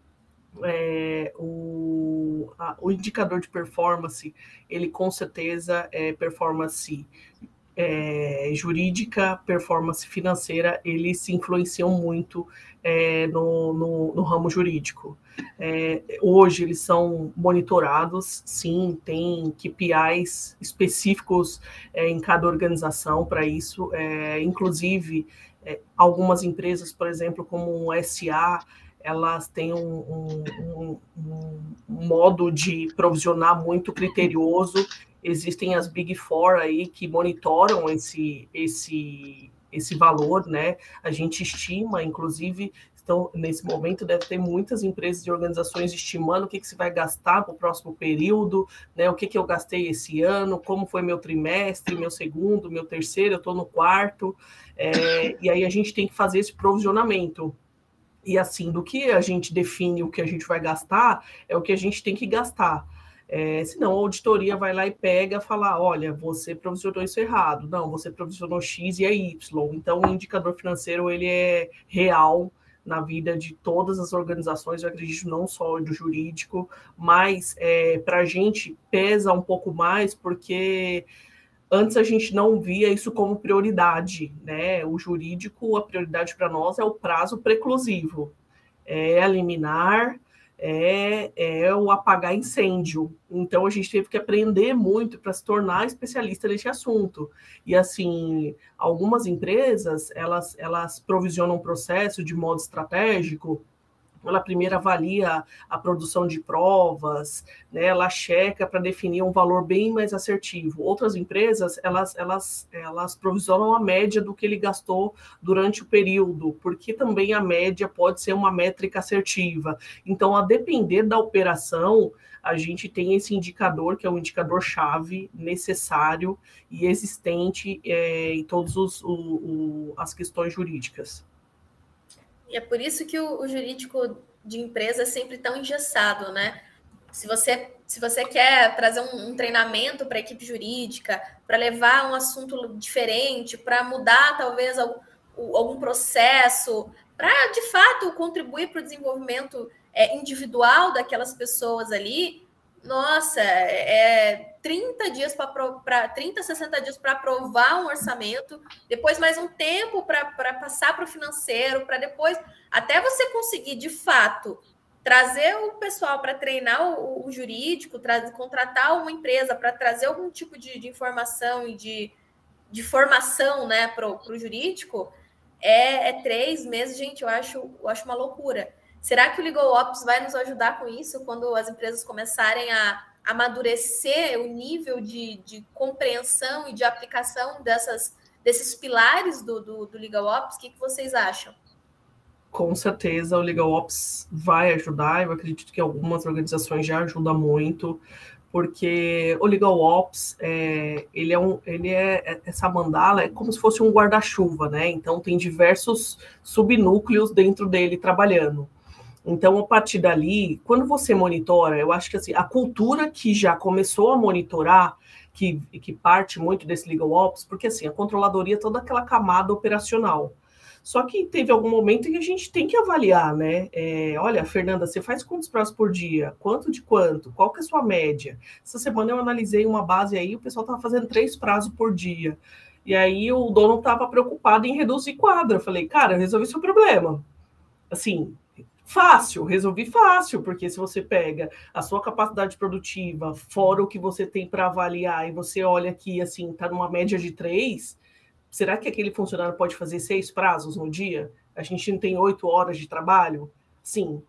é, o, a, o indicador de performance, ele com certeza é performance É, jurídica, performance financeira, eles se influenciam muito é, no, no, no ramo jurídico. É, hoje eles são monitorados, sim, tem K P Is específicos é, em cada organização para isso, é, inclusive é, algumas empresas, por exemplo, como o S A, elas têm um, um, um, um modo de provisionar muito criterioso. Existem as Big Four aí que monitoram esse, esse, esse valor, né? A gente estima, inclusive, então, nesse momento deve ter muitas empresas e organizações estimando o que, que se vai gastar para o próximo período, né? O que, que eu gastei esse ano, como foi meu trimestre, meu segundo, meu terceiro, eu estou no quarto, é, e aí a gente tem que fazer esse provisionamento. E assim, do que a gente define o que a gente vai gastar, é o que a gente tem que gastar. É, senão a auditoria vai lá e pega e fala, olha, você provisionou isso errado. Não, você provisionou X e é Y. Então, o indicador financeiro, ele é real na vida de todas as organizações, eu acredito, não só do jurídico, mas é, para a gente pesa um pouco mais, porque antes a gente não via isso como prioridade, né? O jurídico, a prioridade para nós é o prazo preclusivo, é a liminar, É, é o apagar incêndio. Então, a gente teve que aprender muito para se tornar especialista nesse assunto. E, assim, algumas empresas, elas, elas provisionam um processo de modo estratégico. Ela primeiro avalia a produção de provas, né, ela checa para definir um valor bem mais assertivo. Outras empresas, elas, elas, elas provisionam a média do que ele gastou durante o período, porque também a média pode ser uma métrica assertiva. Então, a depender da operação, a gente tem esse indicador, que é um indicador-chave necessário e existente é, em todas as questões jurídicas. E é por isso que o, o jurídico de empresa é sempre tão engessado, né? Se você, se você quer trazer um, um treinamento para a equipe jurídica, para levar um assunto diferente, para mudar talvez algum, algum processo, para de fato contribuir para o desenvolvimento é, individual daquelas pessoas ali, nossa, é trinta dias para trinta, sessenta dias para aprovar um orçamento, depois mais um tempo para passar para o financeiro, para depois, até você conseguir de fato trazer o pessoal para treinar o, o jurídico, trazer, contratar uma empresa para trazer algum tipo de, de informação e de, de formação, né, para o jurídico, é, é três meses, gente, eu acho, eu acho uma loucura. Será que o Legal Ops vai nos ajudar com isso quando as empresas começarem a amadurecer o nível de, de compreensão e de aplicação dessas, desses pilares do, do, do Legal Ops? O que, que vocês acham? Com certeza o Legal Ops vai ajudar, eu acredito que algumas organizações já ajudam muito, porque o Legal Ops, é, ele, é um, ele é, essa mandala é como se fosse um guarda-chuva, né? Então tem diversos subnúcleos dentro dele trabalhando. Então, a partir dali, quando você monitora, eu acho que assim, a cultura que já começou a monitorar, que, que parte muito desse Legal Ops, porque assim, a controladoria é toda aquela camada operacional. Só que teve algum momento que a gente tem que avaliar, né? É, olha, Fernanda, você faz quantos prazos por dia? Quanto de quanto? Qual que é a sua média? Essa semana eu analisei uma base aí, o pessoal estava fazendo três prazos por dia. E aí o dono estava preocupado em reduzir quadro. Eu falei, cara, eu resolvi seu problema. Assim, fácil, resolvi fácil, porque se você pega a sua capacidade produtiva, fora o que você tem para avaliar, e você olha que, assim, está numa média de três, será que aquele funcionário pode fazer seis prazos no dia? A gente não tem oito horas de trabalho? Sim.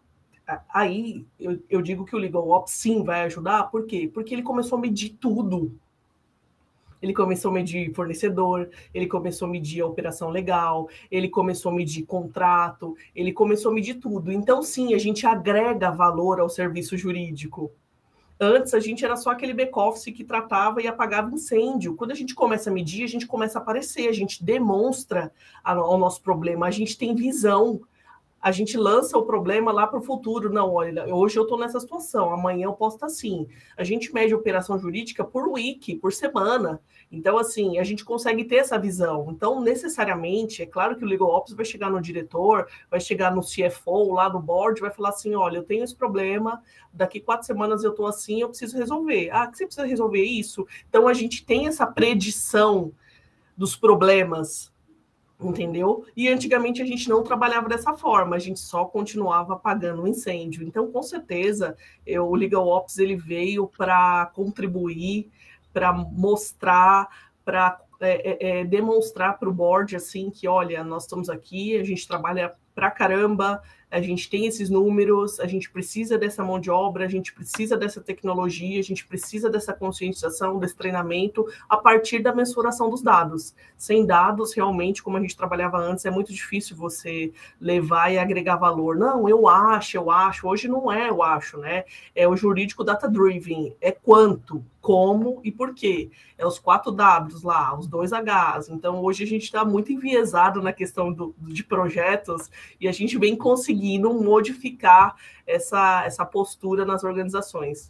Aí, eu, eu digo que o Legal Ops, sim, vai ajudar. Por quê? Porque ele começou a medir tudo. Ele começou a medir fornecedor, ele começou a medir a operação legal, ele começou a medir contrato, ele começou a medir tudo. Então, sim, a gente agrega valor ao serviço jurídico. Antes, a gente era só aquele back-office que tratava e apagava incêndio. Quando a gente começa a medir, a gente começa a aparecer, a gente demonstra o nosso problema, a gente tem visão. A gente lança o problema lá para o futuro. Não, olha, hoje eu estou nessa situação, amanhã eu posso estar assim. A gente mede a operação jurídica por week, por semana. Então, assim, a gente consegue ter essa visão. Então, necessariamente, é claro que o Legal Ops vai chegar no diretor, vai chegar no C F O, lá no board, vai falar assim, olha, eu tenho esse problema, daqui quatro semanas eu estou assim, eu preciso resolver. Ah, que você precisa resolver isso? Então, a gente tem essa predição dos problemas, entendeu? E antigamente a gente não trabalhava dessa forma, a gente só continuava apagando o incêndio. Então, com certeza, eu, o Legal Ops ele veio para contribuir, para mostrar, para é, é, demonstrar para o board assim que, olha, nós estamos aqui, a gente trabalha pra caramba, a gente tem esses números, a gente precisa dessa mão de obra, a gente precisa dessa tecnologia, a gente precisa dessa conscientização, desse treinamento, a partir da mensuração dos dados. Sem dados, realmente, como a gente trabalhava antes, é muito difícil você levar e agregar valor. Não, eu acho, eu acho. Hoje não é eu acho, né? É o jurídico data-driven. É quanto, como e por quê. É os quatro Ws lá, os dois Hs. Então, hoje a gente está muito enviesado na questão do, de projetos e a gente vem conseguindo modificar essa, essa postura nas organizações.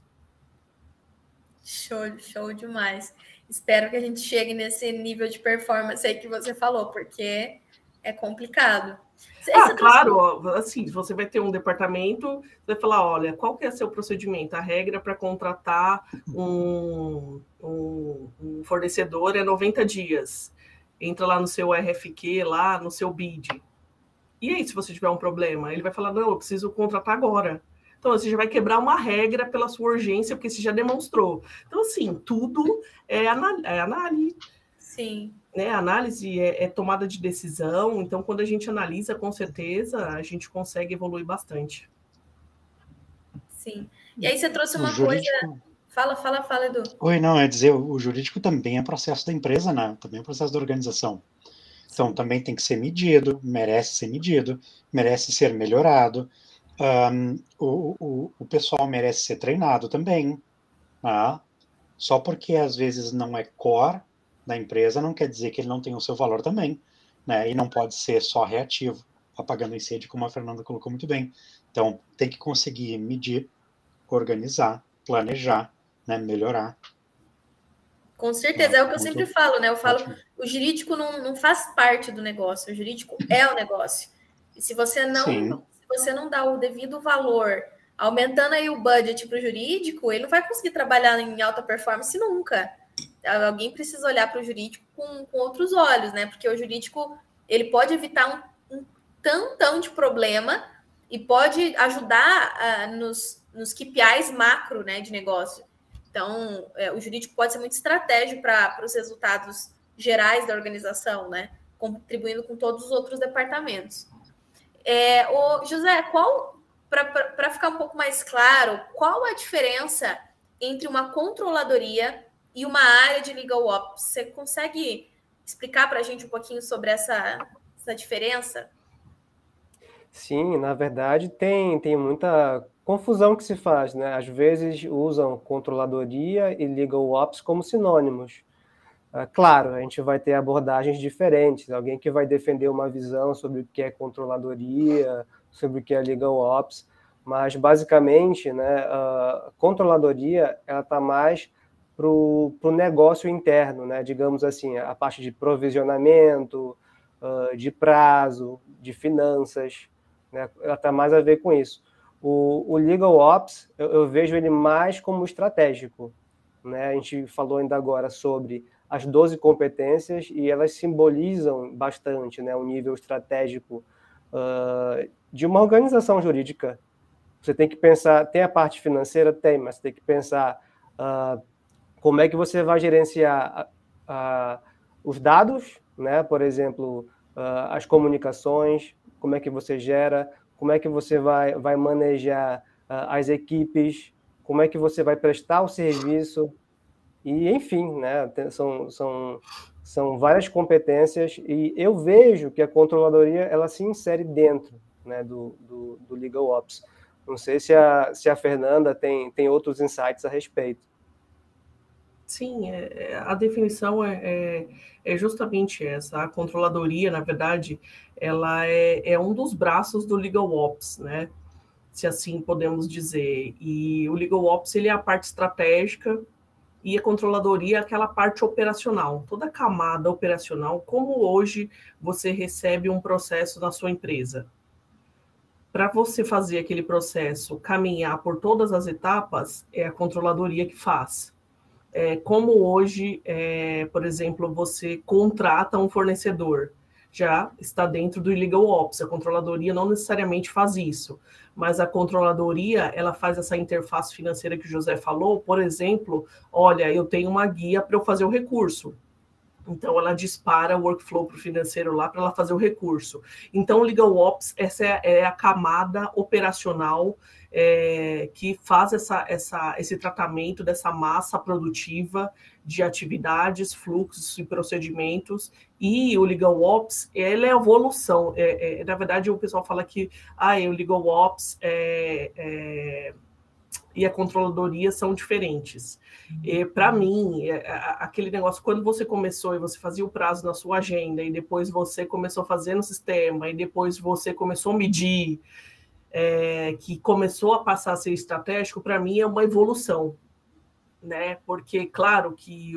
Show, show demais. Espero que a gente chegue nesse nível de performance aí que você falou, porque é complicado. Ah, você claro, trouxe... assim, você vai ter um departamento, você vai falar, olha, qual que é o seu procedimento? A regra para contratar um, um, um fornecedor é noventa dias. Entra lá no seu R F Q, lá no seu B I D. E aí, se você tiver um problema? Ele vai falar, não, eu preciso contratar agora. Então, você já vai quebrar uma regra pela sua urgência, porque você já demonstrou. Então, assim, tudo é, anal- é análise. Sim. Né? Análise é, é tomada de decisão. Então, quando a gente analisa, com certeza, a gente consegue evoluir bastante. Sim. E aí, você trouxe uma jurídico... coisa... Fala, fala, fala, Edu. Oi, não, é dizer, o jurídico também é processo da empresa, né? Também é processo da organização. Então, também tem que ser medido, merece ser medido, merece ser melhorado. Um, o, o, o pessoal merece ser treinado também. Tá? Só porque, às vezes, não é core da empresa, não quer dizer que ele não tem o seu valor também. Né? E não pode ser só reativo, apagando incêndio, como a Fernanda colocou muito bem. Então, tem que conseguir medir, organizar, planejar, né? Melhorar. Com certeza, é o que eu Muito sempre falo, né? Eu falo, ótimo. O jurídico não, não faz parte do negócio, o jurídico é o negócio. E se você não, se você não dá o devido valor, aumentando aí o budget para o jurídico, ele não vai conseguir trabalhar em alta performance nunca. Alguém precisa olhar para o jurídico com, com outros olhos, né? Porque o jurídico, ele pode evitar um, um tantão de problema e pode ajudar uh, nos, nos K P Is macro, né, de negócio. Então, é, o jurídico pode ser muito estratégico para os resultados gerais da organização, né? Contribuindo com todos os outros departamentos. É, o José, qual, para ficar um pouco mais claro, qual a diferença entre uma controladoria e uma área de Legal Ops? Você consegue explicar para a gente um pouquinho sobre essa, essa diferença? Sim, na verdade tem, tem muita confusão que se faz, né? Às vezes usam controladoria e Legal Ops como sinônimos. Uh, claro, a gente vai ter abordagens diferentes, alguém que vai defender uma visão sobre o que é controladoria, sobre o que é Legal Ops, mas basicamente, né, a controladoria ela está mais para o negócio interno, né? Digamos assim, a parte de provisionamento, uh, de prazo, de finanças, né? Ela está mais a ver com isso. O, o Legal Ops, eu, eu vejo ele mais como estratégico, né? A gente falou ainda agora sobre as doze competências e elas simbolizam bastante, né, o nível estratégico uh, de uma organização jurídica. Você tem que pensar, tem a parte financeira? Tem, mas você tem que pensar uh, como é que você vai gerenciar uh, uh, os dados, né? Por exemplo, uh, as comunicações, como é que você gera, como é que você vai, vai manejar uh, as equipes, como é que você vai prestar o serviço, e enfim, né, são, são, são várias competências, e eu vejo que a controladoria ela se insere dentro, né, do, do, do Legal Ops. Não sei se a, se a Fernanda tem, tem outros insights a respeito. Sim, é, a definição é, é, é justamente essa. A controladoria, na verdade, ela é, é um dos braços do Legal Ops, né? Se assim podemos dizer. E o Legal Ops ele é a parte estratégica e a controladoria é aquela parte operacional, toda a camada operacional, como hoje você recebe um processo na sua empresa. Para você fazer aquele processo caminhar por todas as etapas, é a controladoria que faz. É, como hoje, é, por exemplo, você contrata um fornecedor, já está dentro do Legal Ops. A controladoria não necessariamente faz isso, mas a controladoria ela faz essa interface financeira que o José falou. Por exemplo, olha, eu tenho uma guia para eu fazer o recurso. Então, ela dispara o workflow para o financeiro lá para ela fazer o recurso. Então, o Legal Ops, essa é, é a camada operacional é, que faz essa, essa, esse tratamento dessa massa produtiva de atividades, fluxos e procedimentos. E o Legal Ops, ele é a evolução. É, é, na verdade, o pessoal fala que ah, o Legal Ops é... é e a controladoria são diferentes. Para mim, aquele negócio, quando você começou e você fazia o prazo na sua agenda, e depois você começou a fazer no sistema, e depois você começou a medir, é, que começou a passar a ser estratégico, para mim é uma evolução. Né? Porque, claro, que o,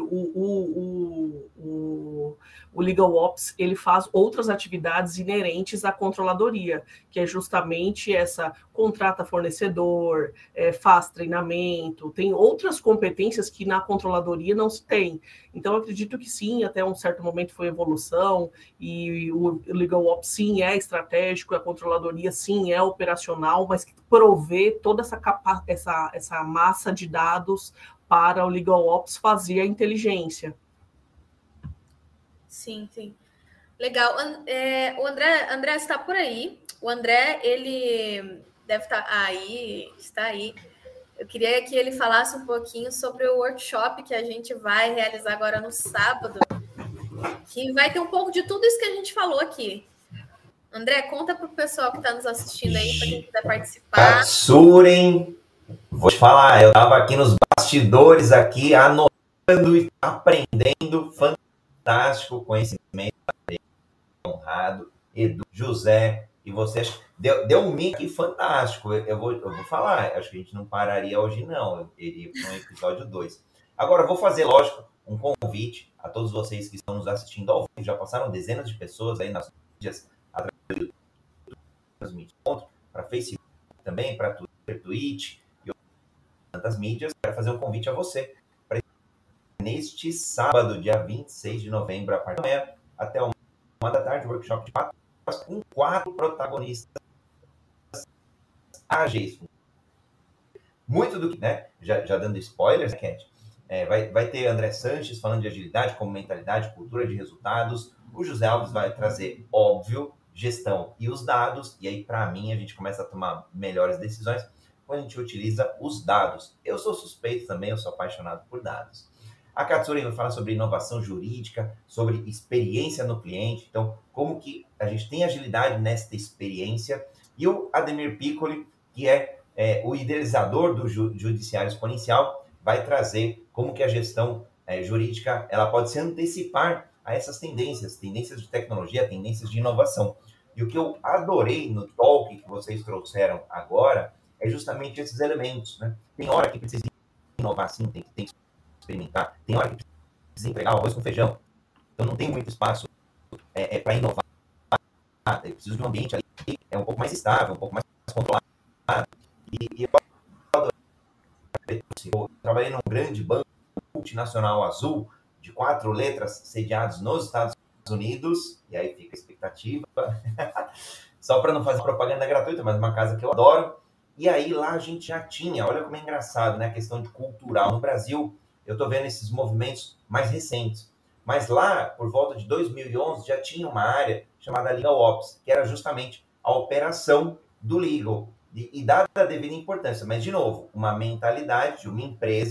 o, o, o Legal Ops ele faz outras atividades inerentes à controladoria, que é justamente essa contrata fornecedor, é, faz treinamento, tem outras competências que na controladoria não se tem. Então, eu acredito que sim, até um certo momento foi evolução, e o Legal Ops sim é estratégico, a controladoria sim é operacional, mas que provê toda essa, capa essa, essa massa de dados para o Legal Ops fazer a inteligência. Sim, sim. Legal. É, o André, André está por aí. O André, ele deve estar aí, está aí. Eu queria que ele falasse um pouquinho sobre o workshop que a gente vai realizar agora no sábado, que vai ter um pouco de tudo isso que a gente falou aqui. André, conta para o pessoal que está nos assistindo aí, para quem quiser participar. Capsurem. Vou te falar, eu estava aqui nos bastidores, aqui, anotando e aprendendo. Fantástico conhecimento. Honrado, Edu, José e vocês. Deu, deu um mic aqui fantástico. Eu, eu, vou, eu vou falar, acho que a gente não pararia hoje, não. Eu iria para um episódio dois. Agora, eu vou fazer, lógico, um convite a todos vocês que estão nos assistindo ao vivo. Já passaram dezenas de pessoas aí nas mídias, através do YouTube, para Facebook também, para Twitter, Twitch e outras mídias. Quero fazer um convite a você para neste sábado, dia vinte e seis de novembro, a partir da manhã até uma da tarde, workshop de quatro, com quatro protagonistas ágeis. Muito do que, né? Já, já dando spoilers, né, Cat? É, vai, vai ter André Sanches falando de agilidade como mentalidade, cultura de resultados. O José Alves vai trazer, óbvio, gestão e os dados. E aí, para mim, a gente começa a tomar melhores decisões quando a gente utiliza os dados. Eu sou suspeito também, eu sou apaixonado por dados. A Katsuri vai falar sobre inovação jurídica, sobre experiência no cliente. Então, como que a gente tem agilidade nesta experiência. E o Ademir Piccoli, que é, é o idealizador do ju- Judiciário Exponencial, vai trazer como que a gestão é, jurídica ela pode se antecipar a essas tendências, tendências de tecnologia, tendências de inovação. E o que eu adorei no talk que vocês trouxeram agora é justamente esses elementos. Né? Tem hora que precisa inovar, sim, tem, tem que experimentar. Tem hora que precisa entregar arroz com feijão. Então não tem muito espaço é, é, para inovar. Eu preciso de um ambiente ali é um pouco mais estável, um pouco mais controlado. E, e eu, eu trabalhei num grande banco multinacional azul, de quatro letras, sediados nos Estados Unidos, e aí fica a expectativa, só para não fazer propaganda gratuita, mas uma casa que eu adoro. E aí lá a gente já tinha, olha como é engraçado, né, a questão de cultural. No Brasil, eu estou vendo esses movimentos mais recentes. Mas lá, por volta de dois mil e onze, já tinha uma área chamada Legal Ops, que era justamente a operação do legal. E, e dada a devida importância. Mas, de novo, uma mentalidade de uma empresa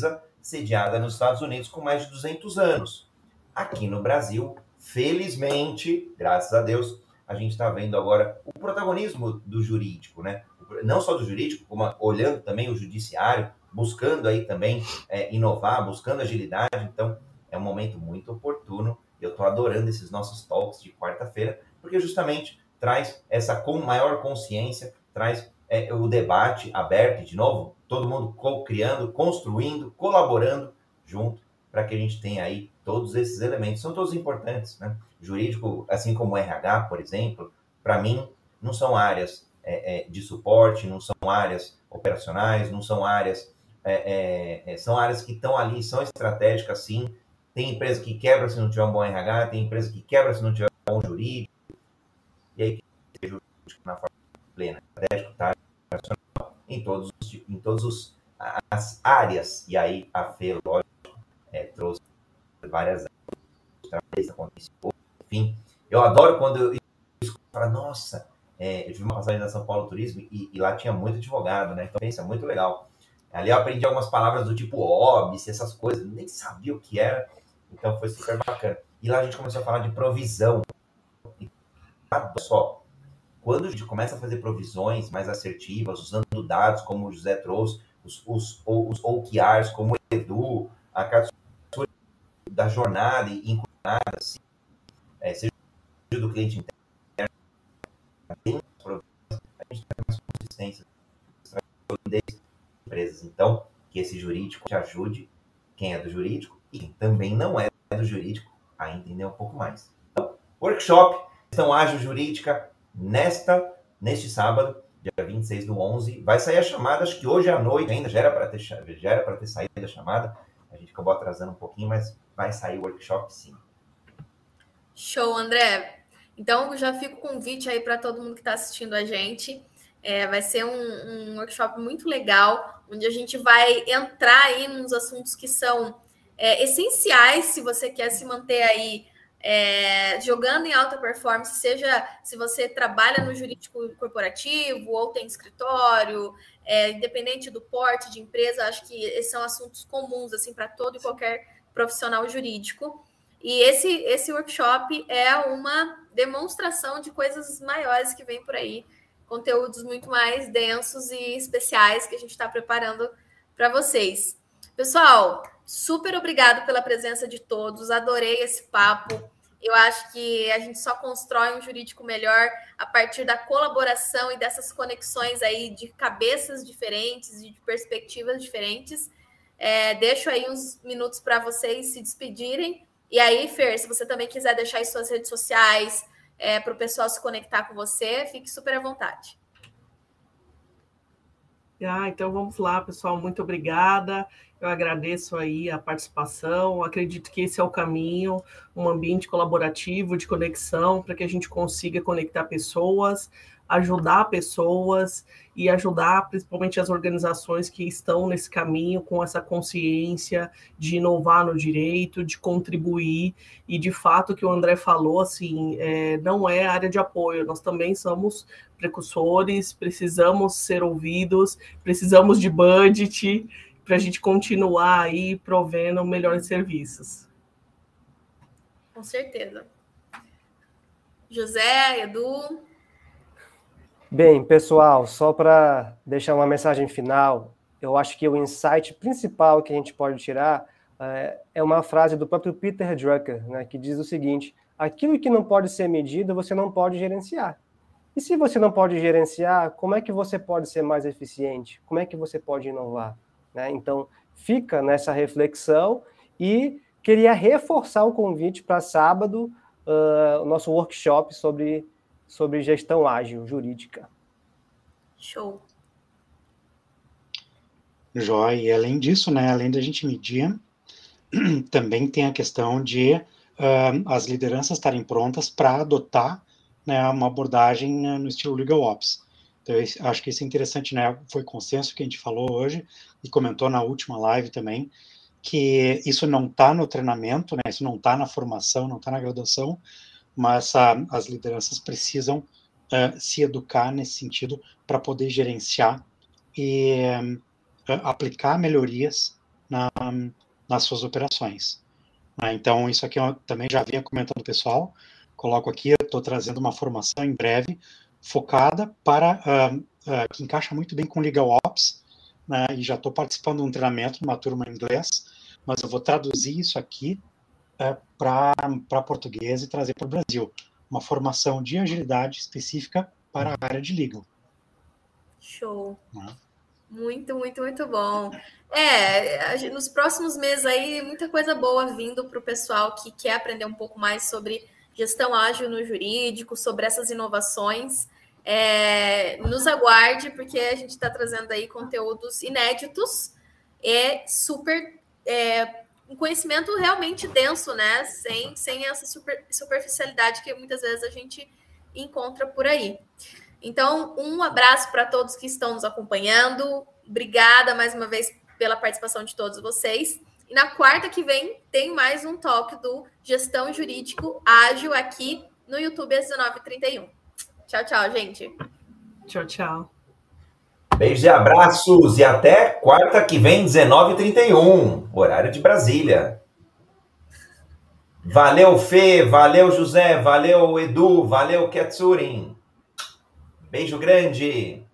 sediada nos Estados Unidos com mais de duzentos anos. Aqui no Brasil, felizmente, graças a Deus, a gente está vendo agora o protagonismo do jurídico, né? Não só do jurídico, como olhando também o judiciário, buscando aí também é, inovar, buscando agilidade. Então, é um momento muito oportuno. Eu estou adorando esses nossos talks de quarta-feira, porque justamente traz essa com maior consciência, traz é, o debate aberto, e de novo, todo mundo co-criando, construindo, colaborando junto, para que a gente tenha aí todos esses elementos. São todos importantes, né? Jurídico, assim como o R H, por exemplo, para mim, não são áreas é, é, de suporte, não são áreas operacionais, não são áreas... É, é, são áreas que estão ali, são estratégicas, sim. Tem empresa que quebra se não tiver um bom R H, tem empresa que quebra se não tiver um bom jurídico. E aí, jurídico na forma plena, estratégico, tá? Em todos os, em todos as áreas. E aí, a Fê, lógico, é, trouxe várias áreas, enfim. Eu adoro quando eu escuto, nossa, é, eu tive uma passagem na São Paulo Turismo e, e lá tinha muito advogado, né? Então, isso é muito legal. Ali eu aprendi algumas palavras do tipo óbice, essas coisas, nem sabia o que era, então foi super bacana. E lá a gente começou a falar de provisão. E, olha só, quando a gente começa a fazer provisões mais assertivas, usando dados como o José trouxe, os, os, os O K Rs, como o Edu, a captura da jornada e inclinada, assim, é, seja do cliente interno, a gente tem mais consistência empresas. Então, que esse jurídico te ajude, quem é do jurídico e quem também não é do jurídico, a entender um pouco mais. Então, workshop, gestão ágil jurídica, nesta, neste sábado, dia vinte e seis do onze, vai sair a chamada, acho que hoje à noite ainda, já era para ter, já era para ter saído a chamada, a gente acabou atrasando um pouquinho, mas vai sair o workshop sim. Show, André. Então, já fica o convite aí para todo mundo que está assistindo a gente. É, vai ser um, um workshop muito legal, onde a gente vai entrar aí nos assuntos que são é, essenciais se você quer se manter aí é, jogando em alta performance, seja se você trabalha no jurídico corporativo ou tem escritório, é, independente do porte de empresa. Acho que esses são assuntos comuns assim para todo e qualquer profissional jurídico. E esse, esse workshop é uma demonstração de coisas maiores que vem por aí, conteúdos muito mais densos e especiais que a gente está preparando para vocês. Pessoal, super obrigado pela presença de todos, adorei esse papo. Eu acho que a gente só constrói um jurídico melhor a partir da colaboração e dessas conexões aí de cabeças diferentes e de perspectivas diferentes. É, deixo aí uns minutos para vocês se despedirem. E aí, Fer, se você também quiser deixar aí suas redes sociais, É, para o pessoal se conectar com você, fique super à vontade. Ah, então vamos lá, pessoal, muito obrigada. Eu agradeço aí a participação. Acredito que esse é o caminho, um ambiente colaborativo, de conexão, para que a gente consiga conectar pessoas, ajudar pessoas e ajudar principalmente as organizações que estão nesse caminho com essa consciência de inovar no direito, de contribuir. E de fato o que o André falou, assim, é, não é área de apoio, nós também somos precursores, precisamos ser ouvidos, precisamos de budget para a gente continuar aí provendo melhores serviços. Com certeza. José, Edu... Bem, pessoal, só para deixar uma mensagem final, eu acho que o insight principal que a gente pode tirar é, é uma frase do próprio Peter Drucker, né, que diz o seguinte: aquilo que não pode ser medido, você não pode gerenciar. E se você não pode gerenciar, como é que você pode ser mais eficiente? Como é que você pode inovar? Né? Então, fica nessa reflexão e queria reforçar o convite para sábado, uh, o nosso workshop sobre... sobre gestão ágil jurídica. Show. Joia. E além disso, né, além da gente medir, também tem a questão de uh, as lideranças estarem prontas para adotar, né, uma abordagem no estilo Legal Ops. Então, eu acho que isso é interessante, né? Foi consenso que a gente falou hoje e comentou na última live também, que isso não está no treinamento, né? Isso não está na formação, não está na graduação, mas uh, as lideranças precisam uh, se educar nesse sentido para poder gerenciar e uh, aplicar melhorias na, nas suas operações. Né? Então, isso aqui eu também já vinha comentando o pessoal, coloco aqui, eu estou trazendo uma formação em breve, focada para, uh, uh, que encaixa muito bem com Legal Ops, né? E já estou participando de um treinamento, numa turma em inglês, mas eu vou traduzir isso aqui uh, para português e trazer para o Brasil. Uma formação de agilidade específica para a área de Legal. Show. Né? Muito, muito, muito bom. É, nos próximos meses aí, muita coisa boa vindo para o pessoal que quer aprender um pouco mais sobre gestão ágil no jurídico, sobre essas inovações. É, nos aguarde, porque a gente está trazendo aí conteúdos inéditos e super... É, um conhecimento realmente denso, né? Sem, sem essa super, superficialidade que muitas vezes a gente encontra por aí. Então, um abraço para todos que estão nos acompanhando. Obrigada mais uma vez pela participação de todos vocês. E na quarta que vem tem mais um talk do Gestão Jurídico Ágil aqui no YouTube às dezenove e trinta e um. Tchau, tchau, gente. Tchau, tchau. Beijos e abraços e até quarta que vem, dezenove e trinta e um, horário de Brasília. Valeu, Fê, valeu, José, valeu, Edu, valeu, Ketsurin. Beijo grande.